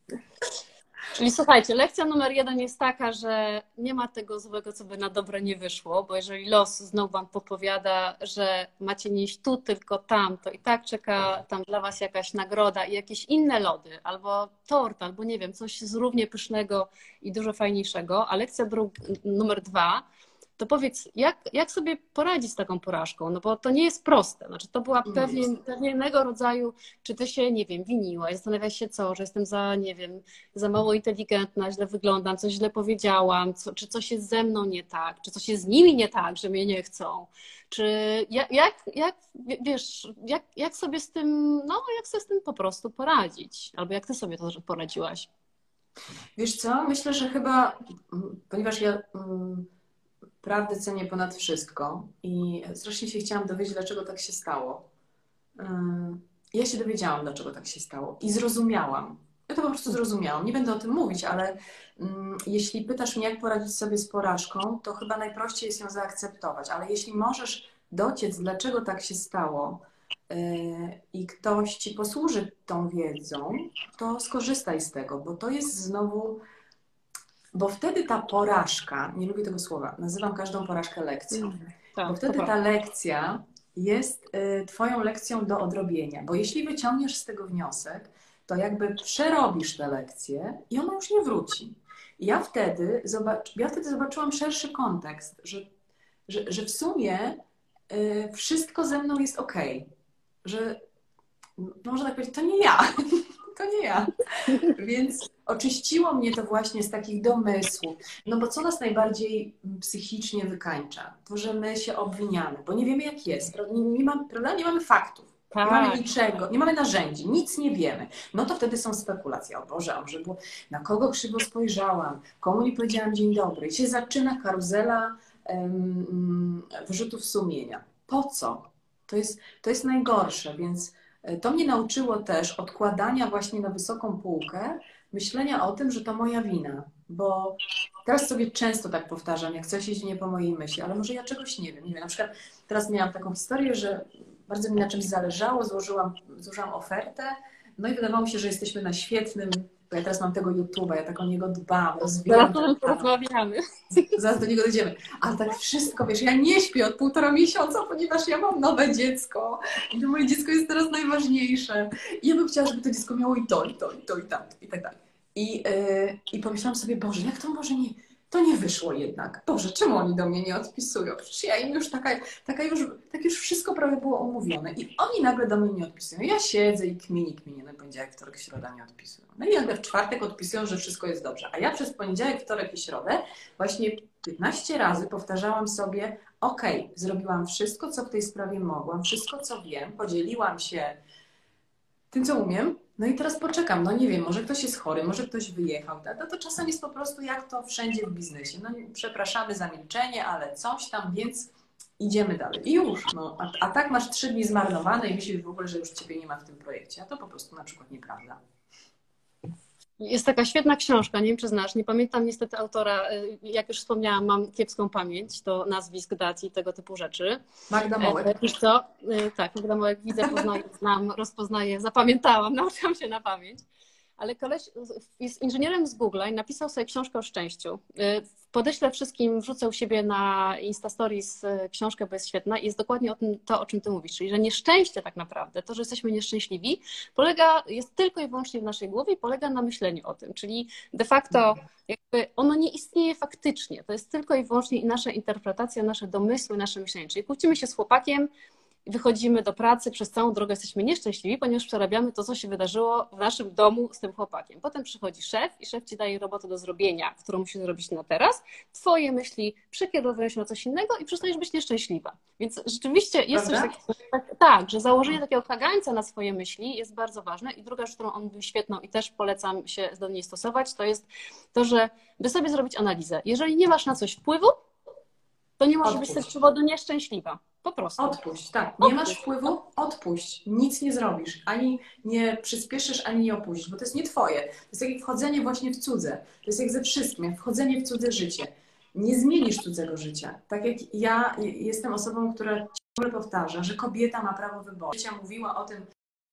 Czyli słuchajcie, lekcja numer jeden jest taka, że nie ma tego złego, co by na dobre nie wyszło, bo jeżeli los znowu wam podpowiada, że macie nie iść tu, tylko tam, to i tak czeka tam dla was jakaś nagroda i jakieś inne lody, albo tort, albo nie wiem, coś z równie pysznego i dużo fajniejszego. A lekcja dru- numer dwa, to powiedz, jak, jak sobie poradzić z taką porażką? No bo to nie jest proste. Znaczy, to była pewien, pewnego rodzaju, czy ty się, nie wiem, winiłaś, zastanawiasz się co, że jestem za, nie wiem, za mało inteligentna, źle wyglądam, coś źle powiedziałam, co, czy coś jest ze mną nie tak, czy coś jest z nimi nie tak, że mnie nie chcą. Czy jak, jak, jak wiesz, jak, jak sobie z tym, no jak sobie z tym po prostu poradzić? Albo jak ty sobie to poradziłaś? Wiesz co, myślę, że chyba, ponieważ ja prawdę cenię ponad wszystko i strasznie się chciałam dowiedzieć, dlaczego tak się stało. Ja się dowiedziałam, dlaczego tak się stało i zrozumiałam. Ja to po prostu zrozumiałam. Nie będę o tym mówić, ale um, jeśli pytasz mnie, jak poradzić sobie z porażką, to chyba najprościej jest ją zaakceptować. Ale jeśli możesz dociec, dlaczego tak się stało yy, i ktoś ci posłuży tą wiedzą, to skorzystaj z tego, bo to jest znowu... Bo wtedy ta porażka, nie lubię tego słowa, nazywam każdą porażkę lekcją, mm, tak, bo wtedy ta lekcja jest y, twoją lekcją do odrobienia, bo jeśli wyciągniesz z tego wniosek, to jakby przerobisz tę lekcję i ona już nie wróci. I ja wtedy, zobacz, ja wtedy zobaczyłam szerszy kontekst, że, że, że w sumie y, wszystko ze mną jest okej, że można tak powiedzieć, to nie ja. To nie ja. Więc oczyściło mnie to właśnie z takich domysłów. No bo co nas najbardziej psychicznie wykańcza? To, że my się obwiniamy, bo nie wiemy jak jest. Nie, nie, mamy, prawda? Nie mamy faktów. Tak. Nie mamy niczego, nie mamy narzędzi, nic nie wiemy. No to wtedy są spekulacje. O Boże, a może było, na kogo krzywo spojrzałam, komu nie powiedziałam dzień dobry. I się zaczyna karuzela um, wyrzutów sumienia. Po co? To jest, to jest najgorsze, więc to mnie nauczyło też odkładania właśnie na wysoką półkę, myślenia o tym, że to moja wina, bo teraz sobie często tak powtarzam, jak coś idzie nie po mojej myśli, ale może ja czegoś nie wiem. Nie wiem, na przykład teraz miałam taką historię, że bardzo mi na czymś zależało, złożyłam, złożyłam ofertę, no i wydawało mi się, że jesteśmy na świetnym, bo ja teraz mam tego YouTube'a, ja tak o niego dbam, rozwijam. Zaraz porozmawiamy. Zaraz do niego dojdziemy. Ale tak wszystko, wiesz, ja nie śpię od półtora miesiąca, ponieważ ja mam nowe dziecko i to moje dziecko jest teraz najważniejsze. I ja bym chciała, żeby to dziecko miało i to, i to, i to, i tamto, i tak dalej. I, yy, i pomyślałam sobie, Boże, jak to może nie, To nie wyszło jednak. Boże, czemu oni do mnie nie odpisują? Przecież ja im już taka, taka już, tak już wszystko prawie było omówione i oni nagle do mnie nie odpisują. Ja siedzę i kmini, kmini, no poniedziałek, wtorek, środa nie odpisują. No i nagle w czwartek odpisują, że wszystko jest dobrze. A ja przez poniedziałek, wtorek i środę właśnie piętnaście razy powtarzałam sobie, okej, okay, zrobiłam wszystko, co w tej sprawie mogłam, wszystko, co wiem, podzieliłam się tym, co umiem, no i teraz poczekam, no nie wiem, może ktoś jest chory, może ktoś wyjechał, tak? No to czasem jest po prostu jak to wszędzie w biznesie, no przepraszamy za milczenie, ale coś tam, więc idziemy dalej. I już, no, a, a tak masz trzy dni zmarnowane i myślisz w ogóle, że już Ciebie nie ma w tym projekcie, a to po prostu na przykład nieprawda. Jest taka świetna książka, nie wiem czy znasz, nie pamiętam niestety autora, jak już wspomniałam, mam kiepską pamięć do nazwisk, dat i tego typu rzeczy. Magda Mołek. Wiesz co? Tak, Magda Mołek widzę, poznaję, znam, rozpoznaję, zapamiętałam, nauczyłam się na pamięć. Ale koleś jest inżynierem z Google'a i napisał sobie książkę o szczęściu. Podeślę wszystkim, wrzucę u siebie na Insta Stories książkę, bo jest świetna i jest dokładnie o tym, to, o czym ty mówisz, czyli że nieszczęście tak naprawdę, to, że jesteśmy nieszczęśliwi, polega, jest tylko i wyłącznie w naszej głowie i polega na myśleniu o tym, czyli de facto jakby ono nie istnieje faktycznie, to jest tylko i wyłącznie nasza interpretacja, nasze domysły, nasze myślenie, czyli kłócimy się z chłopakiem, wychodzimy do pracy, przez całą drogę jesteśmy nieszczęśliwi, ponieważ przerabiamy to, co się wydarzyło w naszym domu z tym chłopakiem. Potem przychodzi szef i szef ci daje robotę do zrobienia, którą musisz zrobić na teraz. Twoje myśli przekierowują się na coś innego i przestajesz być nieszczęśliwa. Więc rzeczywiście jest Prawda? coś takiego, tak, tak, że założenie takiego kagańca na swoje myśli jest bardzo ważne. I druga rzecz, którą on był świetną i też polecam się do niej stosować, to jest to, że by sobie zrobić analizę. Jeżeli nie masz na coś wpływu, to nie możesz być z tego powodu nieszczęśliwa. Po prostu. Odpuść, tak. Nie odpuść. Masz wpływu? Odpuść. Nic nie zrobisz. Ani nie przyspieszysz, ani nie opóźnisz, bo to jest nie twoje. To jest jak wchodzenie właśnie w cudze. To jest jak ze wszystkim, jak wchodzenie w cudze życie. Nie zmienisz cudzego życia. Tak jak ja jestem osobą, która ciągle powtarza, że kobieta ma prawo wyboru. Życia mówiła o tym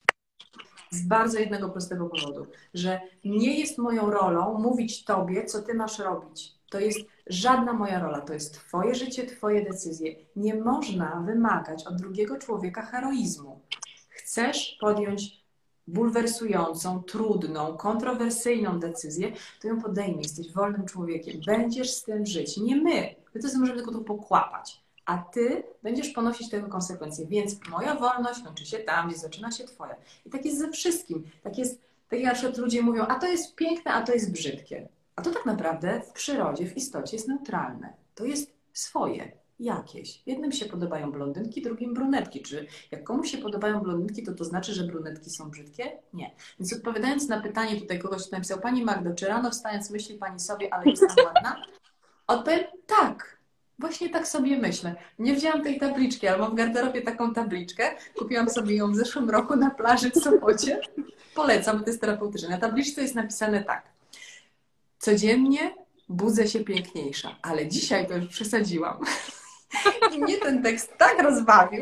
z bardzo jednego prostego powodu, że nie jest moją rolą mówić tobie, co ty masz robić. To jest żadna moja rola, to jest twoje życie, twoje decyzje. Nie można wymagać od drugiego człowieka heroizmu. Chcesz podjąć bulwersującą, trudną, kontrowersyjną decyzję, to ją podejmij. Jesteś wolnym człowiekiem. Będziesz z tym żyć. Nie my. My to możemy tylko tu pokłapać. A ty będziesz ponosić tego konsekwencje. Więc moja wolność kończy się tam, gdzie zaczyna się twoja. I tak jest ze wszystkim. Tak jest, tak jak na przykład ludzie mówią, a to jest piękne, a to jest brzydkie. A to tak naprawdę w przyrodzie, w istocie jest neutralne. To jest swoje, jakieś. Jednym się podobają blondynki, drugim brunetki. Czy jak komuś się podobają blondynki, to to znaczy, że brunetki są brzydkie? Nie. Więc odpowiadając na pytanie tutaj kogoś, kto napisał, Pani Magdo, czy rano wstając myśli Pani sobie, ale jestem ładna? Odpowiem, tak. Właśnie tak sobie myślę. Nie wzięłam tej tabliczki, ale mam w garderobie taką tabliczkę. Kupiłam sobie ją w zeszłym roku na plaży w Sopocie. Polecam, bo to jest terapeutyczne. Na tabliczce jest napisane tak. Codziennie budzę się piękniejsza, ale dzisiaj to już przesadziłam. I mnie ten tekst tak rozbawił,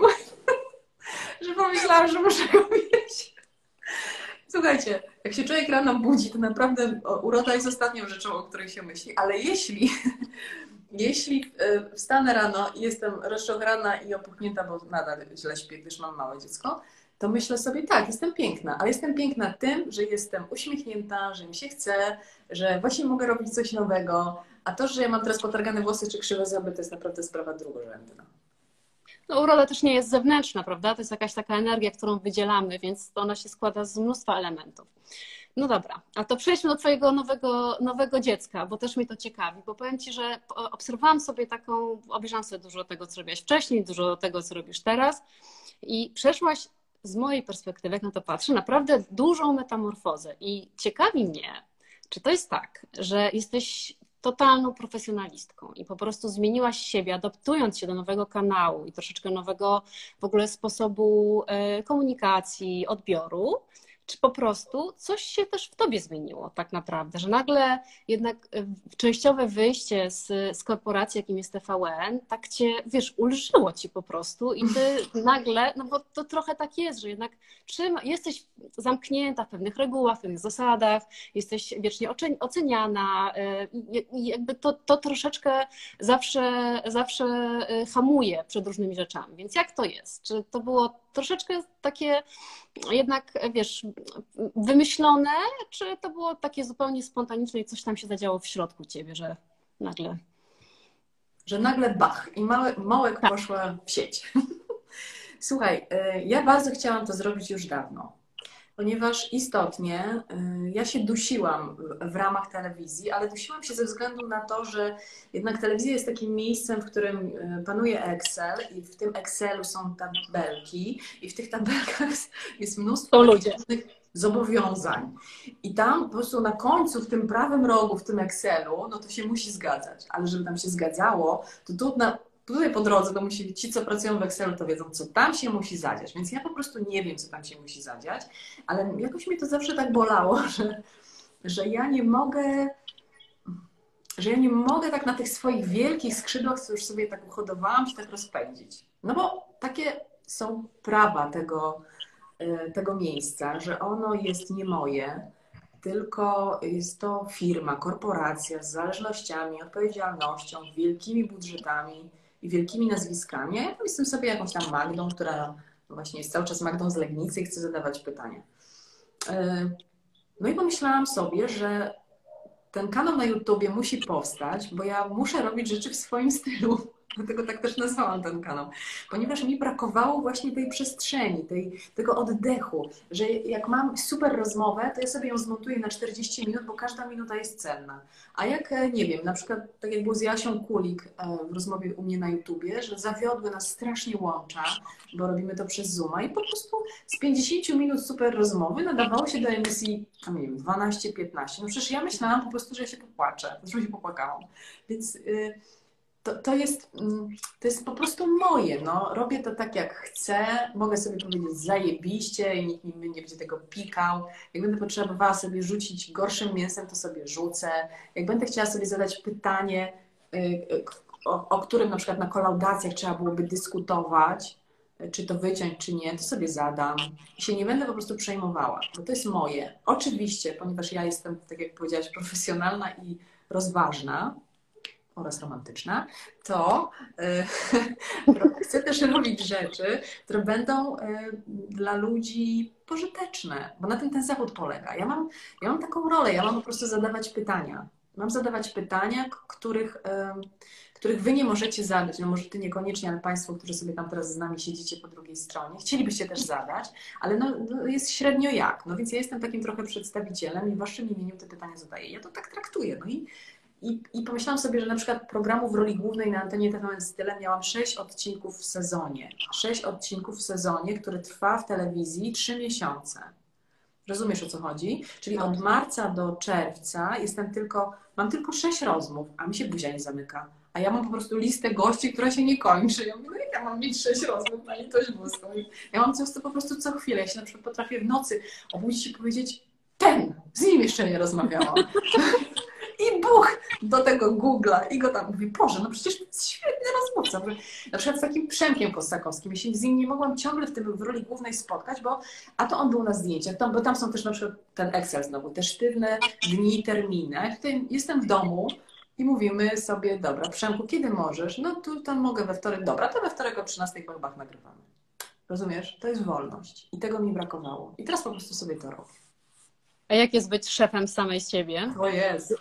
że pomyślałam, że muszę go mieć. Słuchajcie, jak się człowiek rano budzi, to naprawdę uroda jest ostatnią rzeczą, o której się myśli, ale jeśli, jeśli wstanę rano i jestem rozczochrana i opuchnięta, bo nadal źle śpię, gdyż mam małe dziecko, to myślę sobie, tak, jestem piękna, ale jestem piękna tym, że jestem uśmiechnięta, że mi się chce, że właśnie mogę robić coś nowego, a to, że ja mam teraz potargane włosy czy krzywe zęby, to jest naprawdę sprawa drugorzędna. No, uroda też nie jest zewnętrzna, prawda? To jest jakaś taka energia, którą wydzielamy, więc ona się składa z mnóstwa elementów. No dobra, a to przejdźmy do twojego nowego, nowego dziecka, bo też mnie to ciekawi, bo powiem ci, że obserwowałam sobie taką, obejrzałam sobie dużo tego, co robiłaś wcześniej, dużo tego, co robisz teraz i przeszłaś z mojej perspektywy, jak na to patrzę, naprawdę dużą metamorfozę i ciekawi mnie, czy to jest tak, że jesteś totalną profesjonalistką i po prostu zmieniłaś siebie, adaptując się do nowego kanału i troszeczkę nowego w ogóle sposobu komunikacji, odbioru, czy po prostu coś się też w tobie zmieniło tak naprawdę, że nagle jednak częściowe wyjście z, z korporacji, jakim jest T V N, tak cię, wiesz, ulżyło ci po prostu i ty nagle, no bo to trochę tak jest, że jednak trzyma, jesteś zamknięta w pewnych regułach, w pewnych zasadach, jesteś wiecznie oceniana i jakby to, to troszeczkę zawsze, zawsze hamuje przed różnymi rzeczami. Więc jak to jest? Czy to było troszeczkę takie jednak, wiesz, wymyślone, czy to było takie zupełnie spontaniczne i coś tam się zadziało w środku ciebie, że nagle. Że nagle bach i małe, Mołek Tak. poszła w sieć. Słuchaj, ja bardzo chciałam to zrobić już dawno, ponieważ istotnie ja się dusiłam w ramach telewizji, ale dusiłam się ze względu na to, że jednak telewizja jest takim miejscem, w którym panuje Excel i w tym Excelu są tabelki i w tych tabelkach jest mnóstwo To ludzie. różnych zobowiązań. I tam po prostu na końcu, w tym prawym rogu, w tym Excelu, no to się musi zgadzać. Ale żeby tam się zgadzało, to tu na Tutaj po drodze to musi, ci, co pracują w Excelu, to wiedzą, co tam się musi zadziać. Więc ja po prostu nie wiem, co tam się musi zadziać, ale jakoś mnie to zawsze tak bolało, że, że ja nie mogę, że ja nie mogę tak na tych swoich wielkich skrzydłach, co już sobie tak uhodowałam, się tak rozpędzić. No bo takie są prawa tego, tego miejsca, że ono jest nie moje, tylko jest to firma, korporacja z zależnościami, odpowiedzialnością, wielkimi budżetami i wielkimi nazwiskami. Ja jestem sobie jakąś tam Magdą, która właśnie jest cały czas Magdą z Legnicy i chce zadawać pytania. No i pomyślałam sobie, że ten kanał na YouTubie musi powstać, bo ja muszę robić rzeczy w swoim stylu. Dlatego tak też nazwałam ten kanał. Ponieważ mi brakowało właśnie tej przestrzeni, tej, tego oddechu, że jak mam super rozmowę, to ja sobie ją zmontuję na czterdzieści minut, bo każda minuta jest cenna. A jak, nie wiem, na przykład tak jak było z Jasią Kulik w rozmowie u mnie na YouTubie, że zawiodły nas strasznie łącza, bo robimy to przez Zooma i po prostu z pięćdziesięciu minut super rozmowy nadawało się do emisji, nie wiem, dwanaście piętnaście. No przecież ja myślałam po prostu, że ja się popłaczę. Zresztą się popłakałam. Więc... Yy, To, to, jest, to jest po prostu moje, no. Robię to tak jak chcę, mogę sobie powiedzieć zajebiście i nikt mi nie będzie tego pikał. Jak będę potrzebowała sobie rzucić gorszym mięsem, to sobie rzucę. Jak będę chciała sobie zadać pytanie, o, o którym na przykład na kolaudacjach trzeba byłoby dyskutować, czy to wyciąć, czy nie, to sobie zadam. I się nie będę po prostu przejmowała, bo to jest moje. Oczywiście, ponieważ ja jestem, tak jak powiedziałaś, profesjonalna i rozważna, oraz romantyczna, to y, chcę też robić rzeczy, które będą y, dla ludzi pożyteczne, bo na tym ten zawód polega. Ja mam, ja mam taką rolę, ja mam po prostu zadawać pytania. Mam zadawać pytania, których, y, których wy nie możecie zadać. No może ty niekoniecznie, ale państwo, którzy sobie tam teraz z nami siedzicie po drugiej stronie, chcielibyście też zadać, ale no, no jest średnio jak. No więc ja jestem takim trochę przedstawicielem i w waszym imieniu te pytania zadaję. Ja to tak traktuję. No i I, I pomyślałam sobie, że na przykład programu w roli głównej na antenie T V N Style miałam sześć odcinków w sezonie. Sześć odcinków w sezonie, który trwa w telewizji trzy miesiące. Rozumiesz, o co chodzi? Czyli od marca do czerwca jestem tylko, mam tylko sześć rozmów, a mi się buzia nie zamyka. A ja mam po prostu listę gości, która się nie kończy. Ja mówię, no jak ja mam mieć sześć rozmów na litość boską? Ja mam coś, co po prostu co chwilę. Ja się na przykład potrafię w nocy obudzić i powiedzieć, ten, z nim jeszcze nie rozmawiałam. I buch do tego Google'a i go tam mówi, Boże, no przecież to jest świetny rozmówca. Na przykład z takim Przemkiem Kosakowskim. Ja się z nim nie mogłam ciągle w tym w roli głównej spotkać, bo a to on był na zdjęciach, tam, bo tam są też na przykład ten Excel znowu, te sztywne dni, terminy. A ja tutaj jestem w domu i mówimy sobie, dobra, Przemku, kiedy możesz? No tu tam mogę we wtorek, dobra, to we wtorek o trzynastej po chyba nagrywamy. Rozumiesz? To jest wolność. I tego mi brakowało. I teraz po prostu sobie to robię. A jak jest być szefem samej z siebie? O jest.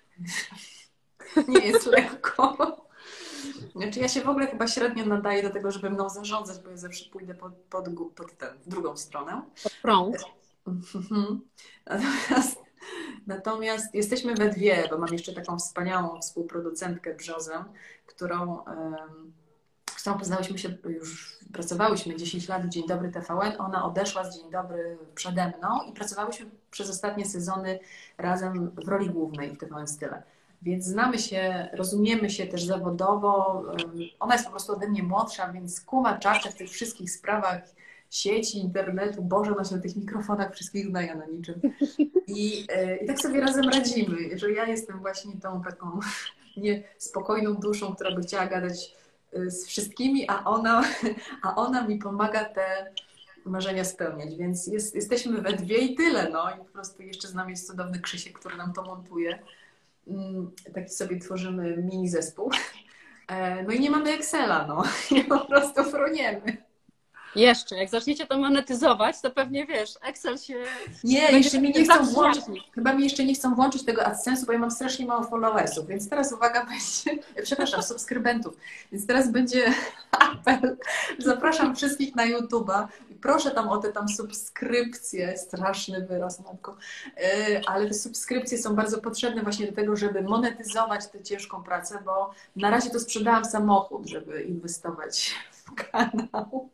Nie jest lekko. Znaczy ja się w ogóle chyba średnio nadaję do tego, żeby mną zarządzać, bo ja zawsze pójdę pod, pod, pod tę drugą stronę. Pod prąd. Natomiast, natomiast jesteśmy we dwie, bo mam jeszcze taką wspaniałą współproducentkę Brzozę, którą, z którą poznałyśmy się, już pracowałyśmy dziesięć lat w Dzień Dobry T V N. Ona odeszła z Dzień Dobry przede mną i pracowałyśmy przez ostatnie sezony razem w roli głównej w T V N Style. Więc znamy się, rozumiemy się też zawodowo. Ona jest po prostu ode mnie młodsza, więc kuma czacze w tych wszystkich sprawach sieci, internetu. Boże, ona się na tych mikrofonach wszystkich znaje na niczym. I, I tak sobie razem radzimy, że ja jestem właśnie tą taką niespokojną duszą, która by chciała gadać z wszystkimi, a ona, a ona mi pomaga te marzenia spełniać, więc jest, jesteśmy we dwie i tyle, no i po prostu jeszcze z nami jest cudowny Krzysiek, który nam to montuje. Taki sobie tworzymy mini zespół. No i nie mamy Excela, no i po prostu froniemy. Jeszcze, jak zaczniecie to monetyzować, to pewnie wiesz, Excel się... Nie, będzie jeszcze mi nie chcą zawsze włączyć, jaśniej. chyba mi jeszcze nie chcą włączyć tego AdSense'u, bo ja mam strasznie mało followersów, więc teraz uwaga będzie, przepraszam, subskrybentów, więc teraz będzie apel, zapraszam wszystkich na YouTube'a i proszę tam o te tam subskrypcje, straszny wyraz, matko, Yy, ale te subskrypcje są bardzo potrzebne właśnie do tego, żeby monetyzować tę ciężką pracę, bo na razie to sprzedałam samochód, żeby inwestować w kanał.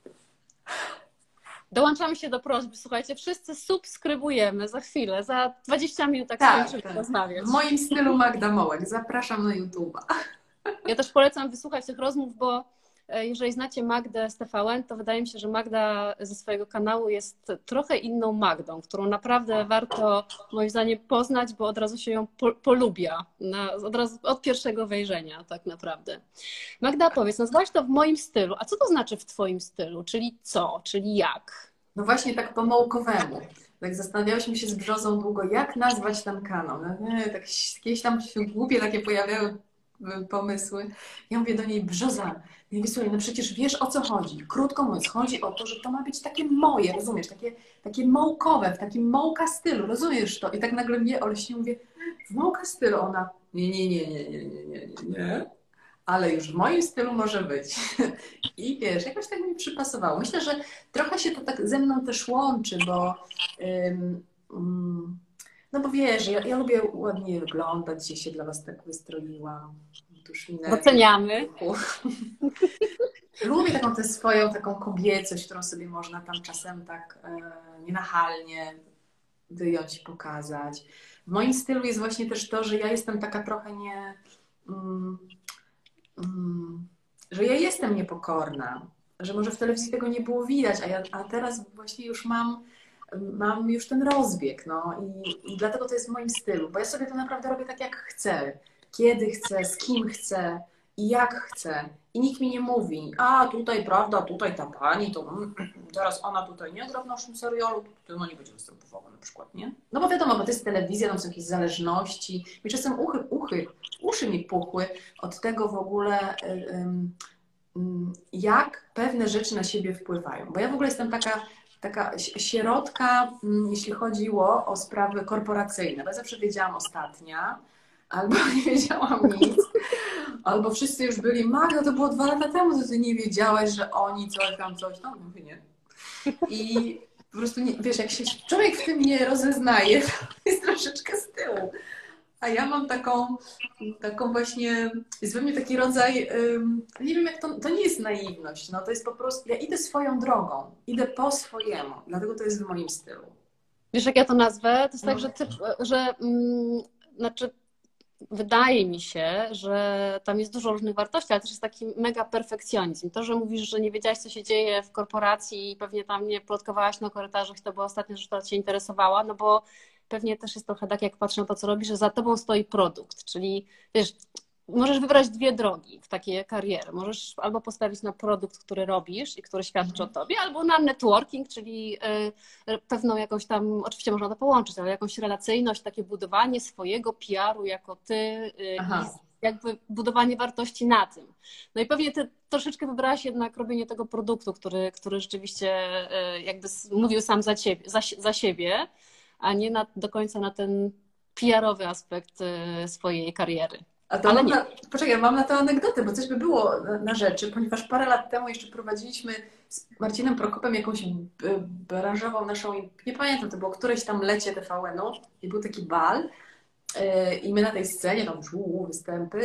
Dołączamy się do prośby, słuchajcie, wszyscy subskrybujemy za chwilę, za dwadzieścia minut tak, Tak, skończymy tak. rozmawiać. W moim stylu Magda Mołek. Zapraszam na YouTube'a. Ja też polecam wysłuchać tych rozmów, bo jeżeli znacie Magdę z T V N, to wydaje mi się, że Magda ze swojego kanału jest trochę inną Magdą, którą naprawdę warto moim zdaniem poznać, bo od razu się ją po, polubia, na, od, razu, od pierwszego wejrzenia tak naprawdę. Magda, powiedz, nazwałaś to w moim stylu, a co to znaczy w twoim stylu? Czyli co? Czyli jak? No właśnie tak po małkowemu. Tak zastanawiałyśmy się z Brzozą długo, jak nazwać ten kanał. No nie, tak jakieś tam się głupie takie pojawiały pomysły. Ja mówię do niej, Brzoza, ja mówię, słuchaj, no przecież wiesz, o co chodzi. Krótko mówiąc, chodzi o to, że to ma być takie moje, rozumiesz, takie, takie mołkowe, w takim mołka stylu, rozumiesz to? I tak nagle mnie olśnie, mówię, w mołka stylu. Ona, nie, nie, nie, nie, nie, nie, nie, nie, nie. Ale już w moim stylu może być. I wiesz, jakoś tak mi przypasowało. Myślę, że trochę się to tak ze mną też łączy, bo ym, ym, no bo wiesz, ja, ja lubię ładnie wyglądać, dzisiaj się dla was tak wystroiłam. Tuż minę. Doceniamy. Lubię taką tę swoją taką kobiecość, którą sobie można tam czasem tak e, nienachalnie wyjąć i pokazać. W moim stylu jest właśnie też to, że ja jestem taka trochę nie... Mm, mm, że ja jestem niepokorna, że może w telewizji tego nie było widać, a, ja, a teraz właśnie już mam, mam już ten rozbieg, no i, i dlatego to jest w moim stylu, bo ja sobie to naprawdę robię tak jak chcę, kiedy chcę, z kim chcę i jak chcę i nikt mi nie mówi, a tutaj prawda, tutaj ta pani, to mm, teraz ona tutaj nie gra w naszym serialu, to ona nie będzie występowała na przykład, nie? No bo wiadomo, bo to jest telewizja, tam są jakieś zależności, mi czasem uchy, uchy, uszy mi puchły od tego w ogóle, jak pewne rzeczy na siebie wpływają. Bo ja w ogóle jestem taka, taka środka, jeśli chodziło o sprawy korporacyjne. Bo ja zawsze wiedziałam ostatnia, albo nie wiedziałam nic, albo wszyscy już byli, Magda, to było dwa lata temu, to ty nie wiedziałaś, że oni coś tam, coś tam. Mówię, nie. I po prostu, nie, wiesz, jak się człowiek w tym nie rozeznaje, to jest troszeczkę z tyłu. A ja mam taką, taką właśnie, jest we mnie taki rodzaj, um, nie wiem jak to, to nie jest naiwność, no to jest po prostu, ja idę swoją drogą, idę po swojemu, dlatego to jest w moim stylu. Wiesz, jak ja to nazwę? To jest No. tak, że, ty, że mm, znaczy wydaje mi się, że tam jest dużo różnych wartości, ale też jest taki mega perfekcjonizm. To, że mówisz, że nie wiedziałaś, co się dzieje w korporacji i pewnie tam nie plotkowałaś na korytarzach, to była ostatnia rzecz, która cię interesowała, no bo pewnie też jest trochę tak, jak patrzę na to, co robisz, że za tobą stoi produkt, czyli wiesz, możesz wybrać dwie drogi w takiej kariery. Możesz albo postawić na produkt, który robisz i który świadczy o tobie, albo na networking, czyli pewną jakąś tam, oczywiście można to połączyć, ale jakąś relacyjność, takie budowanie swojego P R u jako ty Aha. i jakby budowanie wartości na tym. No i pewnie ty troszeczkę wybrałaś jednak robienie tego produktu, który, który rzeczywiście jakby mówił sam za, ciebie, za, za siebie, a nie na, do końca na ten P R owy aspekt swojej kariery. A to Ale mam nie. na, poczekaj, mam na to anegdotę, bo coś by było na, na rzeczy, ponieważ parę lat temu jeszcze prowadziliśmy z Marcinem Prokopem jakąś b- branżową naszą, nie pamiętam, to było któreś tam lecie T V N-u i był taki bal yy, i my na tej scenie, tam żół, występy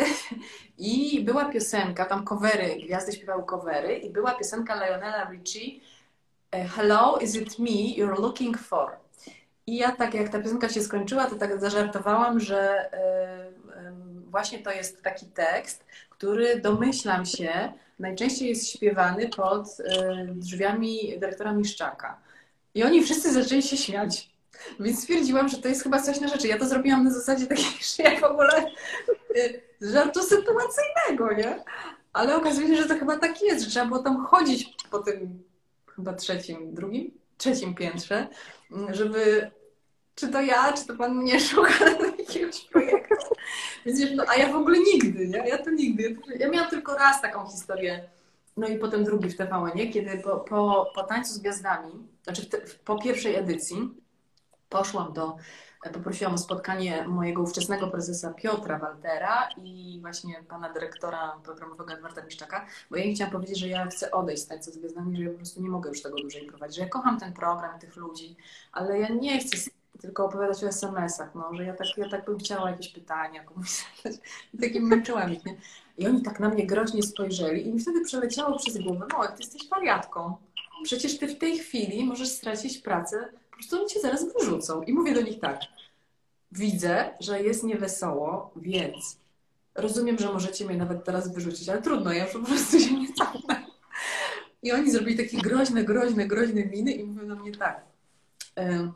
i była piosenka, tam covery, gwiazdy śpiewały covery i była piosenka Lionela Richie Hello, is it me you're looking for? I ja tak jak ta piosenka się skończyła, to tak zażartowałam, że yy, yy, właśnie to jest taki tekst, który domyślam się, najczęściej jest śpiewany pod yy, drzwiami dyrektora Miszczaka. I oni wszyscy zaczęli się śmiać. Więc stwierdziłam, że to jest chyba coś na rzeczy. Ja to zrobiłam na zasadzie takiej, że ja w ogóle yy, żartu sytuacyjnego, nie? Ale okazuje się, że to chyba tak jest, że trzeba było tam chodzić po tym chyba trzecim, drugim? Trzecim piętrze, żeby czy to ja, czy to pan mnie szuka jakiegoś projektu. Więc wiesz, no, a ja w ogóle nigdy, nie? Ja to nigdy. Ja miałam tylko raz taką historię no i potem drugi w T V N-ie, kiedy po, po, po Tańcu z Gwiazdami, znaczy w te, po pierwszej edycji poszłam do, poprosiłam o spotkanie mojego ówczesnego prezesa Piotra Waltera i właśnie pana dyrektora programowego Edwarda Miszczaka, bo ja im chciałam powiedzieć, że ja chcę odejść z Tańca z Gwiazdami, że ja po prostu nie mogę już tego dłużej prowadzić, że ja kocham ten program, tych ludzi, ale ja nie chcę tylko opowiadać o es em esach, no, że ja tak, ja tak bym chciała jakieś pytania komuś zadać. I takim męczyłam ich, nie? I oni tak na mnie groźnie spojrzeli i mi wtedy przeleciało przez głowę, no, ty jesteś wariatką. Przecież ty w tej chwili możesz stracić pracę, po prostu oni cię zaraz wyrzucą. I mówię do nich tak, widzę, że jest niewesoło, więc rozumiem, że możecie mnie nawet teraz wyrzucić, ale trudno, ja już po prostu się nie cofnę. I oni zrobili takie groźne, groźne, groźne miny i mówią do mnie tak. Yy,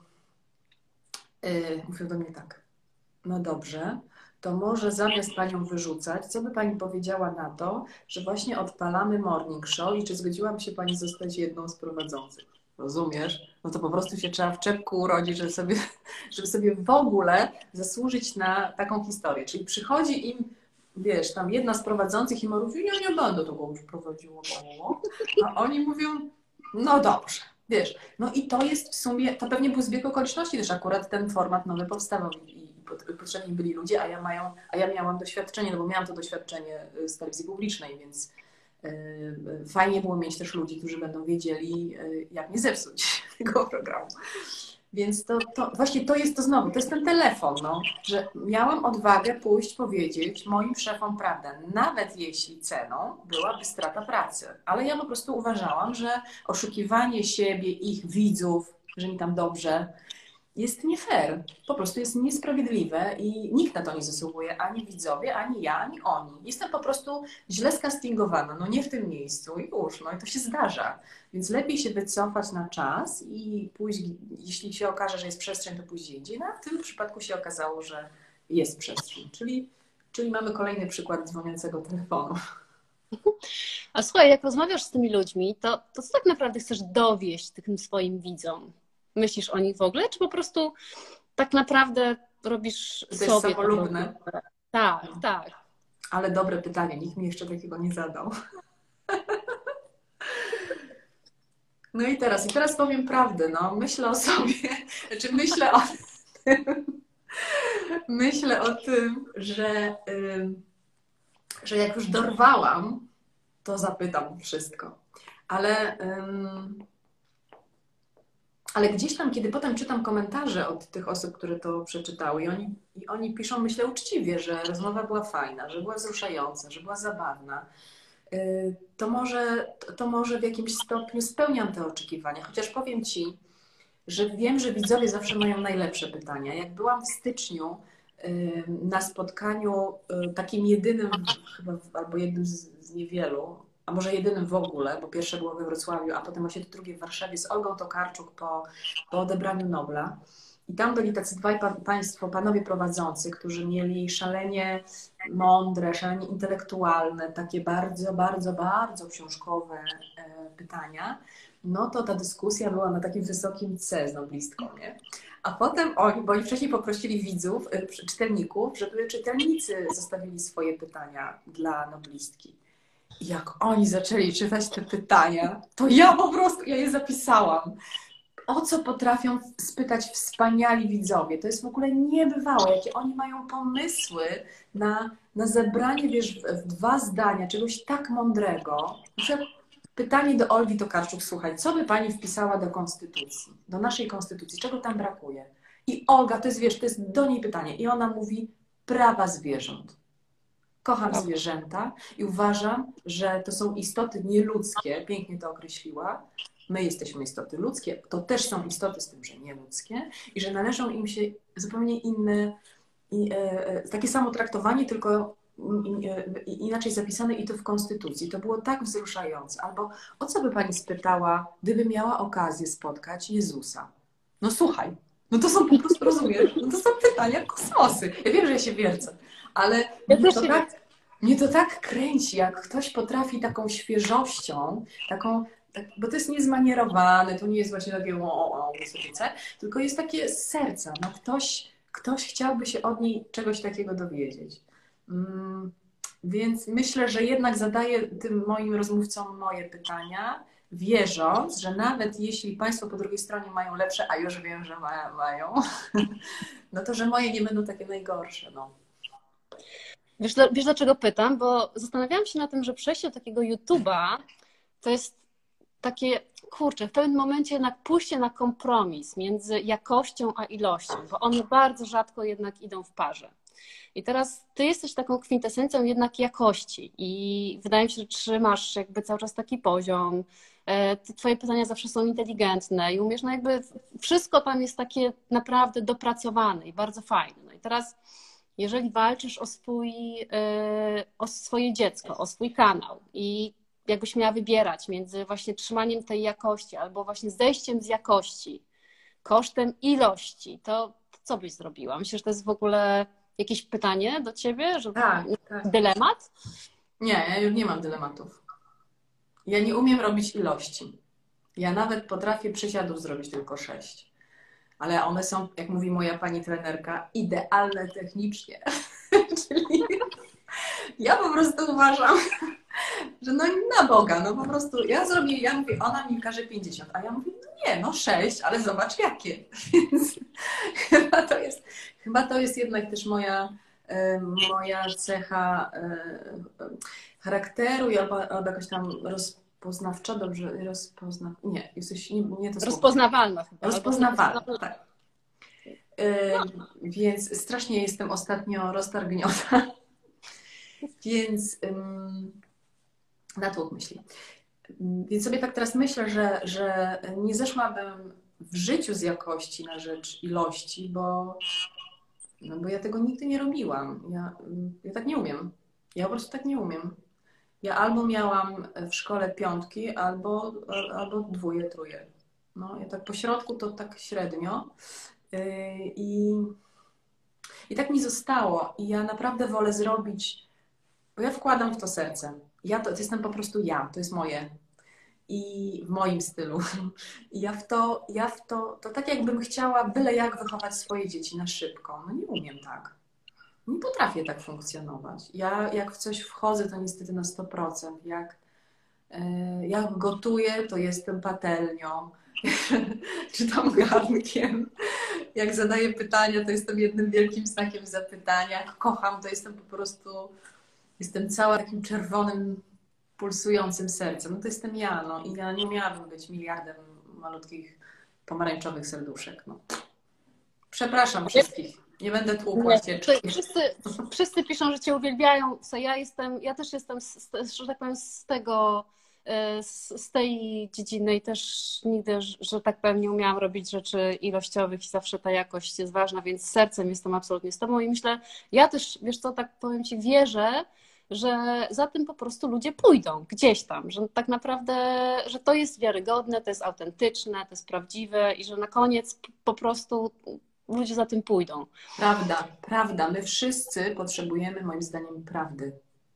yy, mówią do mnie tak. No dobrze, to może zamiast panią wyrzucać, co by pani powiedziała na to, że właśnie odpalamy morning show i czy zgodziłaby się pani zostać jedną z prowadzących? Rozumiesz? No to po prostu się trzeba w czepku urodzić, żeby sobie, żeby sobie w ogóle zasłużyć na taką historię. Czyli przychodzi im, wiesz, tam jedna z prowadzących i mówi, ja nie będę tego już prowadziła, a oni mówią, no dobrze. Wiesz, no i to jest w sumie, to pewnie był zbieg okoliczności też akurat ten format nowy powstawał i potrzebni byli ludzie, a ja, mają, a ja miałam doświadczenie, no bo miałam to doświadczenie z telewizji publicznej, więc yy, fajnie było mieć też ludzi, którzy będą wiedzieli, yy, jak nie zepsuć tego programu. Więc to, to właśnie to jest to znowu, to jest ten telefon, no, że miałam odwagę pójść powiedzieć moim szefom prawdę, nawet jeśli ceną byłaby strata pracy. Ale ja po prostu uważałam, że oszukiwanie siebie, ich widzów, że mi tam dobrze, jest nie fair. Po prostu jest niesprawiedliwe i nikt na to nie zasługuje, ani widzowie, ani ja, ani oni. Jestem po prostu źle skastingowana, no nie w tym miejscu i już, no i to się zdarza. Więc lepiej się wycofać na czas i pójść, jeśli się okaże, że jest przestrzeń, to pójść indziej. No a w tym przypadku się okazało, że jest przestrzeń. Czyli, czyli mamy kolejny przykład dzwoniącego telefonu. A słuchaj, jak rozmawiasz z tymi ludźmi, to, to co tak naprawdę chcesz dowieść tym swoim widzom? Myślisz o nich w ogóle, czy po prostu tak naprawdę robisz to sobie? To jest samolubne. Tak, tak. Ale dobre pytanie, nikt mi jeszcze takiego nie zadał. No i teraz, i teraz powiem prawdę, no, myślę o sobie, znaczy myślę o tym, myślę o tym, że, że jak już dorwałam, to zapytam wszystko. Ale, ale gdzieś tam, kiedy potem czytam komentarze od tych osób, które to przeczytały i oni, i oni piszą, myślę uczciwie, że rozmowa była fajna, że była wzruszająca, że była zabawna, to może, to może w jakimś stopniu spełniam te oczekiwania. Chociaż powiem Ci, że wiem, że widzowie zawsze mają najlepsze pytania. Jak byłam w styczniu na spotkaniu takim jedynym, chyba albo jednym z, z niewielu, a może jedynym w ogóle, bo pierwsze było we Wrocławiu, a potem właśnie drugie w Warszawie z Olgą Tokarczuk po, po odebraniu Nobla. I tam byli tacy dwaj pa, państwo, panowie prowadzący, którzy mieli szalenie mądre, szalenie intelektualne, takie bardzo, bardzo, bardzo książkowe e, pytania. No to ta dyskusja była na takim wysokim C z noblistką, nie? A potem oni, bo oni wcześniej poprosili widzów, e, czytelników, żeby czytelnicy zostawili swoje pytania dla noblistki. I jak oni zaczęli czytać te pytania, to ja po prostu, ja je zapisałam. O co potrafią spytać wspaniali widzowie? To jest w ogóle niebywałe, jakie oni mają pomysły na, na zebranie, wiesz, w, w dwa zdania czegoś tak mądrego. Na przykład pytanie do Olgi Tokarczuk, słuchaj, co by pani wpisała do konstytucji, do naszej konstytucji, czego tam brakuje? I Olga, to jest, wiesz, to jest do niej pytanie. I ona mówi, prawa zwierząt. Kocham zwierzęta i uważam, że to są istoty nieludzkie, pięknie to określiła. My jesteśmy istoty ludzkie, to też są istoty z tym, że nieludzkie i że należą im się zupełnie inne, i, e, takie samo traktowanie, tylko e, inaczej zapisane i to w Konstytucji. To było tak wzruszające. Albo o co by pani spytała, gdyby miała okazję spotkać Jezusa? No słuchaj, no to są po prostu, rozumiesz, no to są pytania kosmosy. Ja wiem, że ja się wiercę, ale Ja mnie, to się tak, mnie to tak kręci, jak ktoś potrafi taką świeżością, taką tak, bo to jest niezmanierowane, to nie jest właśnie takie o, o, wysokice, tylko jest takie z serca. No ktoś, ktoś chciałby się od niej czegoś takiego dowiedzieć. Więc myślę, że jednak zadaję tym moim rozmówcom moje pytania, wierząc, że nawet jeśli Państwo po drugiej stronie mają lepsze, a już wiem, że ma, mają, no to że moje nie będą takie najgorsze. No. Wiesz, wiesz dlaczego pytam? Bo zastanawiałam się na tym, że przejście do takiego YouTube'a to jest takie, kurczę, w pewnym momencie jednak pójście na kompromis między jakością a ilością, bo one bardzo rzadko jednak idą w parze. I teraz ty jesteś taką kwintesencją jednak jakości i wydaje mi się, że trzymasz jakby cały czas taki poziom. Twoje pytania zawsze są inteligentne i umiesz, no jakby wszystko tam jest takie naprawdę dopracowane i bardzo fajne. No i teraz, jeżeli walczysz o swój, o swoje dziecko, o swój kanał i jakbyś miała wybierać między właśnie trzymaniem tej jakości albo właśnie zejściem z jakości kosztem ilości, to co byś zrobiła? Myślę, że to jest w ogóle jakieś pytanie do ciebie? Że Tak, tak. dylemat? Nie, ja już nie mam dylematów. Ja nie umiem robić ilości. Ja nawet potrafię przysiadów zrobić tylko sześć. Ale one są, jak mówi moja pani trenerka, idealne technicznie. Czyli ja po prostu uważam, że no na Boga, no po prostu ja zrobię, ja mówię, ona mi każe pięćdziesiąt, a ja mówię, no nie, no sześć, ale zobacz jakie. Więc chyba to jest, chyba to jest jednak też moja, moja cecha charakteru albo, albo jakoś tam rozpoznawcza, dobrze, rozpozna... Nie, jesteś, nie, nie to słowo. Rozpoznawalna chyba. Rozpoznawalna, tak. No. Więc strasznie jestem ostatnio roztargniona. Więc um, na tłok myśli. Więc sobie tak teraz myślę, że, że nie zeszłabym w życiu z jakości na rzecz ilości, bo, no bo ja tego nigdy nie robiłam. Ja, ja tak nie umiem. Ja po prostu tak nie umiem. Ja albo miałam w szkole piątki, albo, albo dwóje, truje. No, ja tak po środku to tak średnio. I, I tak mi zostało. I ja naprawdę wolę zrobić, bo ja wkładam w to serce. Ja to, to jestem po prostu ja, to jest moje. I w moim stylu. I ja w to, ja w to, to tak jakbym chciała byle jak wychować swoje dzieci na szybko. No nie umiem tak. Nie potrafię tak funkcjonować. Ja jak w coś wchodzę, to niestety na sto procent. Jak, jak gotuję, to jestem patelnią. Czy tam garnkiem. Jak zadaję pytania, to jestem jednym wielkim znakiem zapytania. Jak kocham, to jestem po prostu, jestem cała takim czerwonym, pulsującym sercem. No to jestem ja, no i ja nie miałabym być miliardem malutkich, pomarańczowych serduszek. No. Przepraszam wszystkich. Nie będę tłukła cię. Wszyscy, wszyscy piszą, że cię uwielbiają. Ja jestem, ja też jestem, z, że tak powiem, z tego, z, z tej dziedziny i też nigdy, że tak powiem, nie umiałam robić rzeczy ilościowych i zawsze ta jakość jest ważna, więc sercem jestem absolutnie z tobą i myślę, ja też, wiesz co, tak powiem ci, wierzę, że za tym po prostu ludzie pójdą gdzieś tam, że tak naprawdę, że to jest wiarygodne, to jest autentyczne, to jest prawdziwe i że na koniec po prostu ludzie za tym pójdą. Prawda, prawda. My wszyscy potrzebujemy, moim zdaniem, prawdy.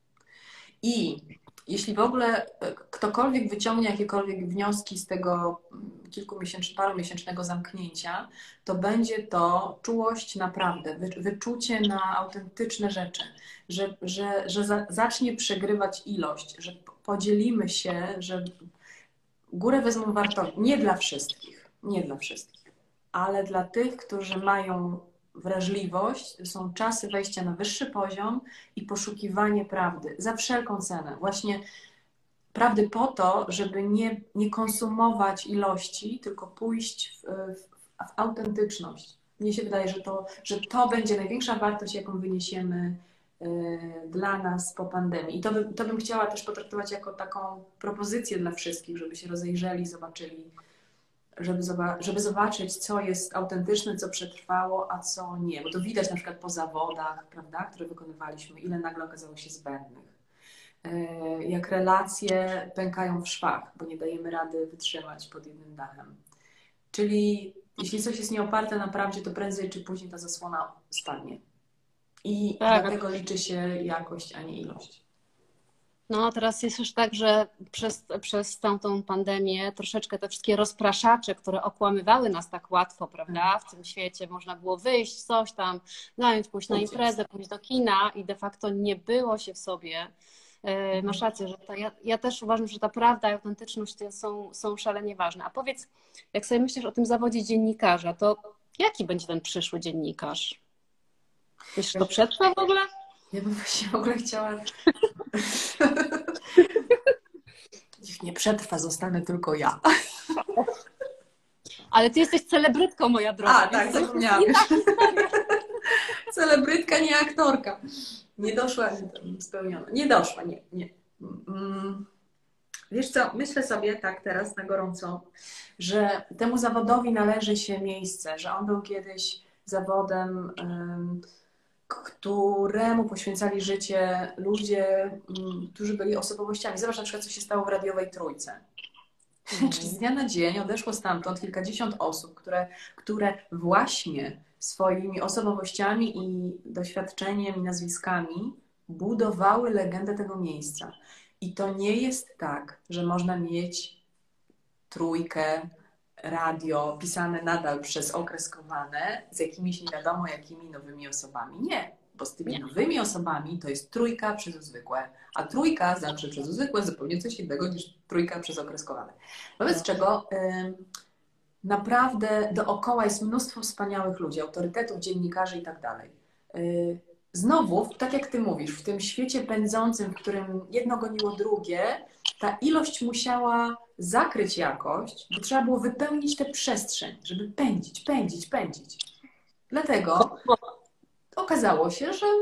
I jeśli w ogóle ktokolwiek wyciągnie jakiekolwiek wnioski z tego kilkumiesięcznego, parumiesięcznego zamknięcia, to będzie to czułość na prawdę, wyczucie na autentyczne rzeczy, że, że, że za, zacznie przegrywać ilość, że podzielimy się, że górę wezmą wartości. Nie dla wszystkich, nie dla wszystkich, ale dla tych, którzy mają wrażliwość, są czasy wejścia na wyższy poziom i poszukiwanie prawdy za wszelką cenę. Właśnie prawdy po to, żeby nie, nie konsumować ilości, tylko pójść w, w, w autentyczność. Mnie się wydaje, że to, że to będzie największa wartość, jaką wyniesiemy y, dla nas po pandemii. I to, by, to bym chciała też potraktować jako taką propozycję dla wszystkich, żeby się rozejrzeli, zobaczyli, Żeby, żeby zobaczyć, co jest autentyczne, co przetrwało, a co nie. Bo to widać na przykład po zawodach, prawda, które wykonywaliśmy, ile nagle okazało się zbędnych. Jak relacje pękają w szwach, bo nie dajemy rady wytrzymać pod jednym dachem. Czyli jeśli coś jest nieoparte na prawdzie, to prędzej czy później ta zasłona spadnie. I tak. Dlatego liczy się jakość, a nie ilość. No, teraz jest już tak, że przez, przez tamtą pandemię troszeczkę te wszystkie rozpraszacze, które okłamywały nas tak łatwo, prawda, w tym świecie można było wyjść, coś tam, zająć, pójść na imprezę, pójść do kina i de facto nie było się w sobie. Yy, Masz rację, że ta, ja, ja też uważam, że ta prawda i autentyczność są, są szalenie ważne. A powiedz, jak sobie myślisz o tym zawodzie dziennikarza, to jaki będzie ten przyszły dziennikarz? Myślisz, że to przetrwa w ogóle? Ja bym właśnie w ogóle chciała... Niech nie przetrwa, zostanę tylko ja. Ale ty jesteś celebrytką, moja droga. A, tak, zapomniałam. Celebrytka, nie aktorka. Nie doszła, spełniona. Nie doszła, nie, nie. Wiesz co, myślę sobie tak teraz na gorąco, że temu zawodowi należy się miejsce, że on był kiedyś zawodem, któremu poświęcali życie ludzie, którzy byli osobowościami. Zobacz na przykład, co się stało w radiowej Trójce. Mm. Czyli z dnia na dzień odeszło stamtąd kilkadziesiąt osób, które, które właśnie swoimi osobowościami i doświadczeniem i nazwiskami budowały legendę tego miejsca. I to nie jest tak, że można mieć Trójkę, radio pisane nadal przez okreskowane z jakimiś nie wiadomo jakimi nowymi osobami. Nie, bo z tymi nowymi osobami to jest Trójka przez zwykłe, a Trójka zawsze przez zwykłe zupełnie coś innego niż Trójka przez okreskowane. Wobec czego y, naprawdę dookoła jest mnóstwo wspaniałych ludzi, autorytetów, dziennikarzy i tak dalej. Y, Znowu, tak jak ty mówisz, w tym świecie pędzącym, w którym jedno goniło drugie, ta ilość musiała zakryć jakość, bo trzeba było wypełnić tę przestrzeń, żeby pędzić, pędzić, pędzić. Dlatego okazało się, że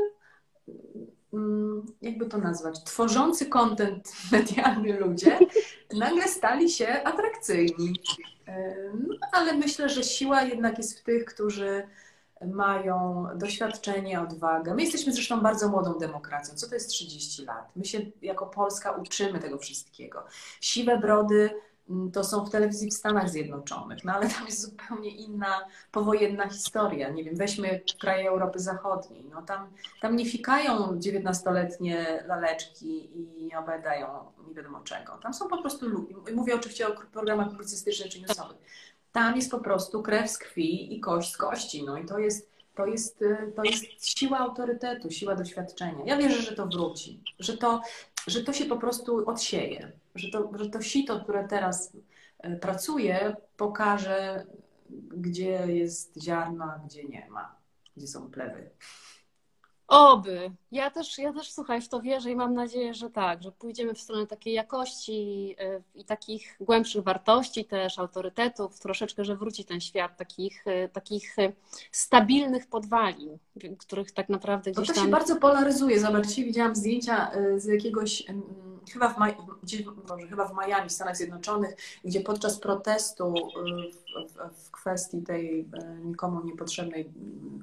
jakby to nazwać, tworzący content medialny ludzie nagle stali się atrakcyjni. No, ale myślę, że siła jednak jest w tych, którzy mają doświadczenie, odwagę. My jesteśmy zresztą bardzo młodą demokracją. Co to jest trzydzieści lat? My się jako Polska uczymy tego wszystkiego. Siwe brody to są w telewizji w Stanach Zjednoczonych, no ale tam jest zupełnie inna powojenna historia. Nie wiem, weźmy kraje Europy Zachodniej. No tam, tam nie fikają dziewiętnastoletnie laleczki i obadają nie wiadomo czego. Tam są po prostu ludzie. Mówię oczywiście o programach publicystycznych czy newsowych. Tam jest po prostu krew z krwi i kość z kości. No i to jest, to jest, to jest siła autorytetu, siła doświadczenia. Ja wierzę, że to wróci, że to, że to się po prostu odsieje, że to, że to sito, które teraz pracuje, pokaże, gdzie jest ziarno, a gdzie nie ma, gdzie są plewy. Oby. Ja też, ja też, słuchaj, w to wierzę i mam nadzieję, że tak, że pójdziemy w stronę takiej jakości i takich głębszych wartości też, autorytetów, troszeczkę, że wróci ten świat takich, takich stabilnych podwalin, których tak naprawdę gdzieś tam... To się tam... bardzo polaryzuje. Zobacz, dzisiaj widziałam zdjęcia z jakiegoś, chyba w, Maj... gdzieś, Boże, chyba w Miami, w Stanach Zjednoczonych, gdzie podczas protestu w, w, w kwestii tej nikomu niepotrzebnej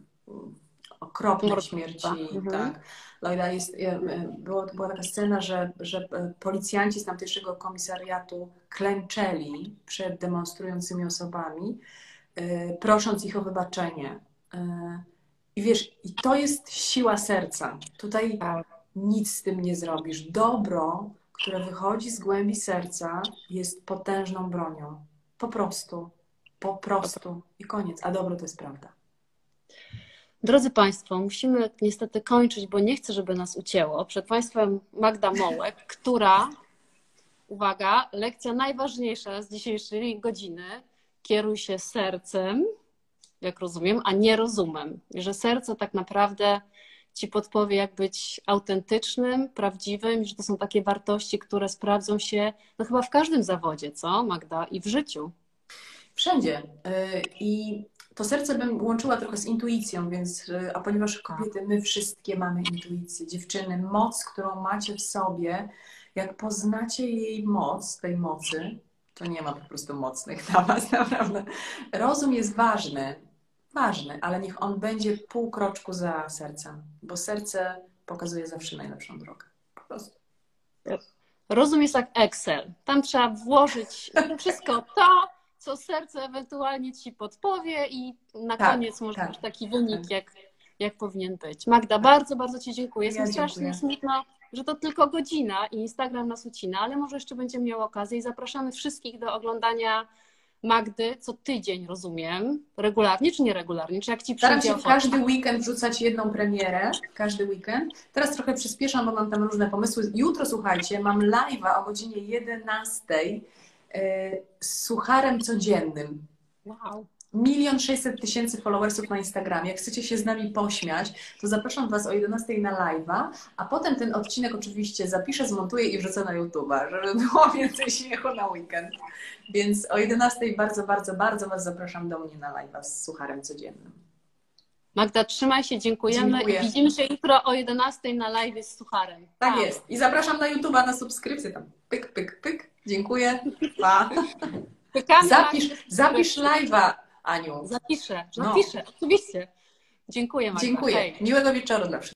okropnej śmierci, mhm. tak. Lloyda jest, było, była taka scena, że, że policjanci z tamtejszego komisariatu klęczeli przed demonstrującymi osobami, prosząc ich o wybaczenie. I wiesz, i to jest siła serca. Tutaj nic z tym nie zrobisz. Dobro, które wychodzi z głębi serca, jest potężną bronią. Po prostu. Po prostu. I koniec. A dobro to jest prawda. Drodzy Państwo, musimy niestety kończyć, bo nie chcę, żeby nas ucięło. Przed Państwem Magda Mołek, która, uwaga, lekcja najważniejsza z dzisiejszej godziny, kieruj się sercem, jak rozumiem, a nie rozumem. I że serce tak naprawdę Ci podpowie, jak być autentycznym, prawdziwym, i że to są takie wartości, które sprawdzą się no chyba w każdym zawodzie, co Magda? I w życiu. Wszędzie. I to serce bym łączyła trochę z intuicją, więc, a ponieważ kobiety, my wszystkie mamy intuicję, dziewczyny, moc, którą macie w sobie, jak poznacie jej moc, tej mocy, to nie ma po prostu mocnych dla was, naprawdę. Rozum jest ważny, ważny, ale niech on będzie pół kroczku za sercem, bo serce pokazuje zawsze najlepszą drogę. Po prostu. Rozum jest jak Excel. Tam trzeba włożyć wszystko to, co serce ewentualnie Ci podpowie i na tak, koniec może tak, być taki wynik, tak. jak, jak powinien być. Magda, tak. bardzo, bardzo Ci dziękuję. Jestem ja strasznie smutna, że to tylko godzina i Instagram nas ucina, ale może jeszcze będziemy miał okazję i zapraszamy wszystkich do oglądania Magdy co tydzień, rozumiem, regularnie czy nieregularnie, czy jak Ci Staram przyjdzie się w ochota? każdy weekend wrzucać jedną premierę, każdy weekend. Teraz trochę przyspieszam, bo mam tam różne pomysły. Jutro, słuchajcie, mam live'a o godzinie jedenastej z sucharem codziennym. Wow. Milion sześćset tysięcy followersów na Instagramie. Jak chcecie się z nami pośmiać, to zapraszam Was o jedenastej na live'a, a potem ten odcinek oczywiście zapiszę, zmontuję i wrzucę na YouTube'a, żeby było więcej śmiechu na weekend. Więc o jedenastej bardzo, bardzo, bardzo Was zapraszam do mnie na live'a z sucharem codziennym. Magda, trzymaj się, dziękujemy Dziękuję. i widzimy się jutro o jedenastej na live z sucharem. Tak Pa. jest. I zapraszam na YouTube'a na subskrypcję tam. Pyk, pyk, pyk. Dziękuję. Pa. Pykamy, Zapisz, Magda. zapisz live'a, Aniu. Zapiszę, No. zapiszę, oczywiście. Dziękuję, Magda. Dziękuję. Hej. Miłego wieczoru dla wszystkich.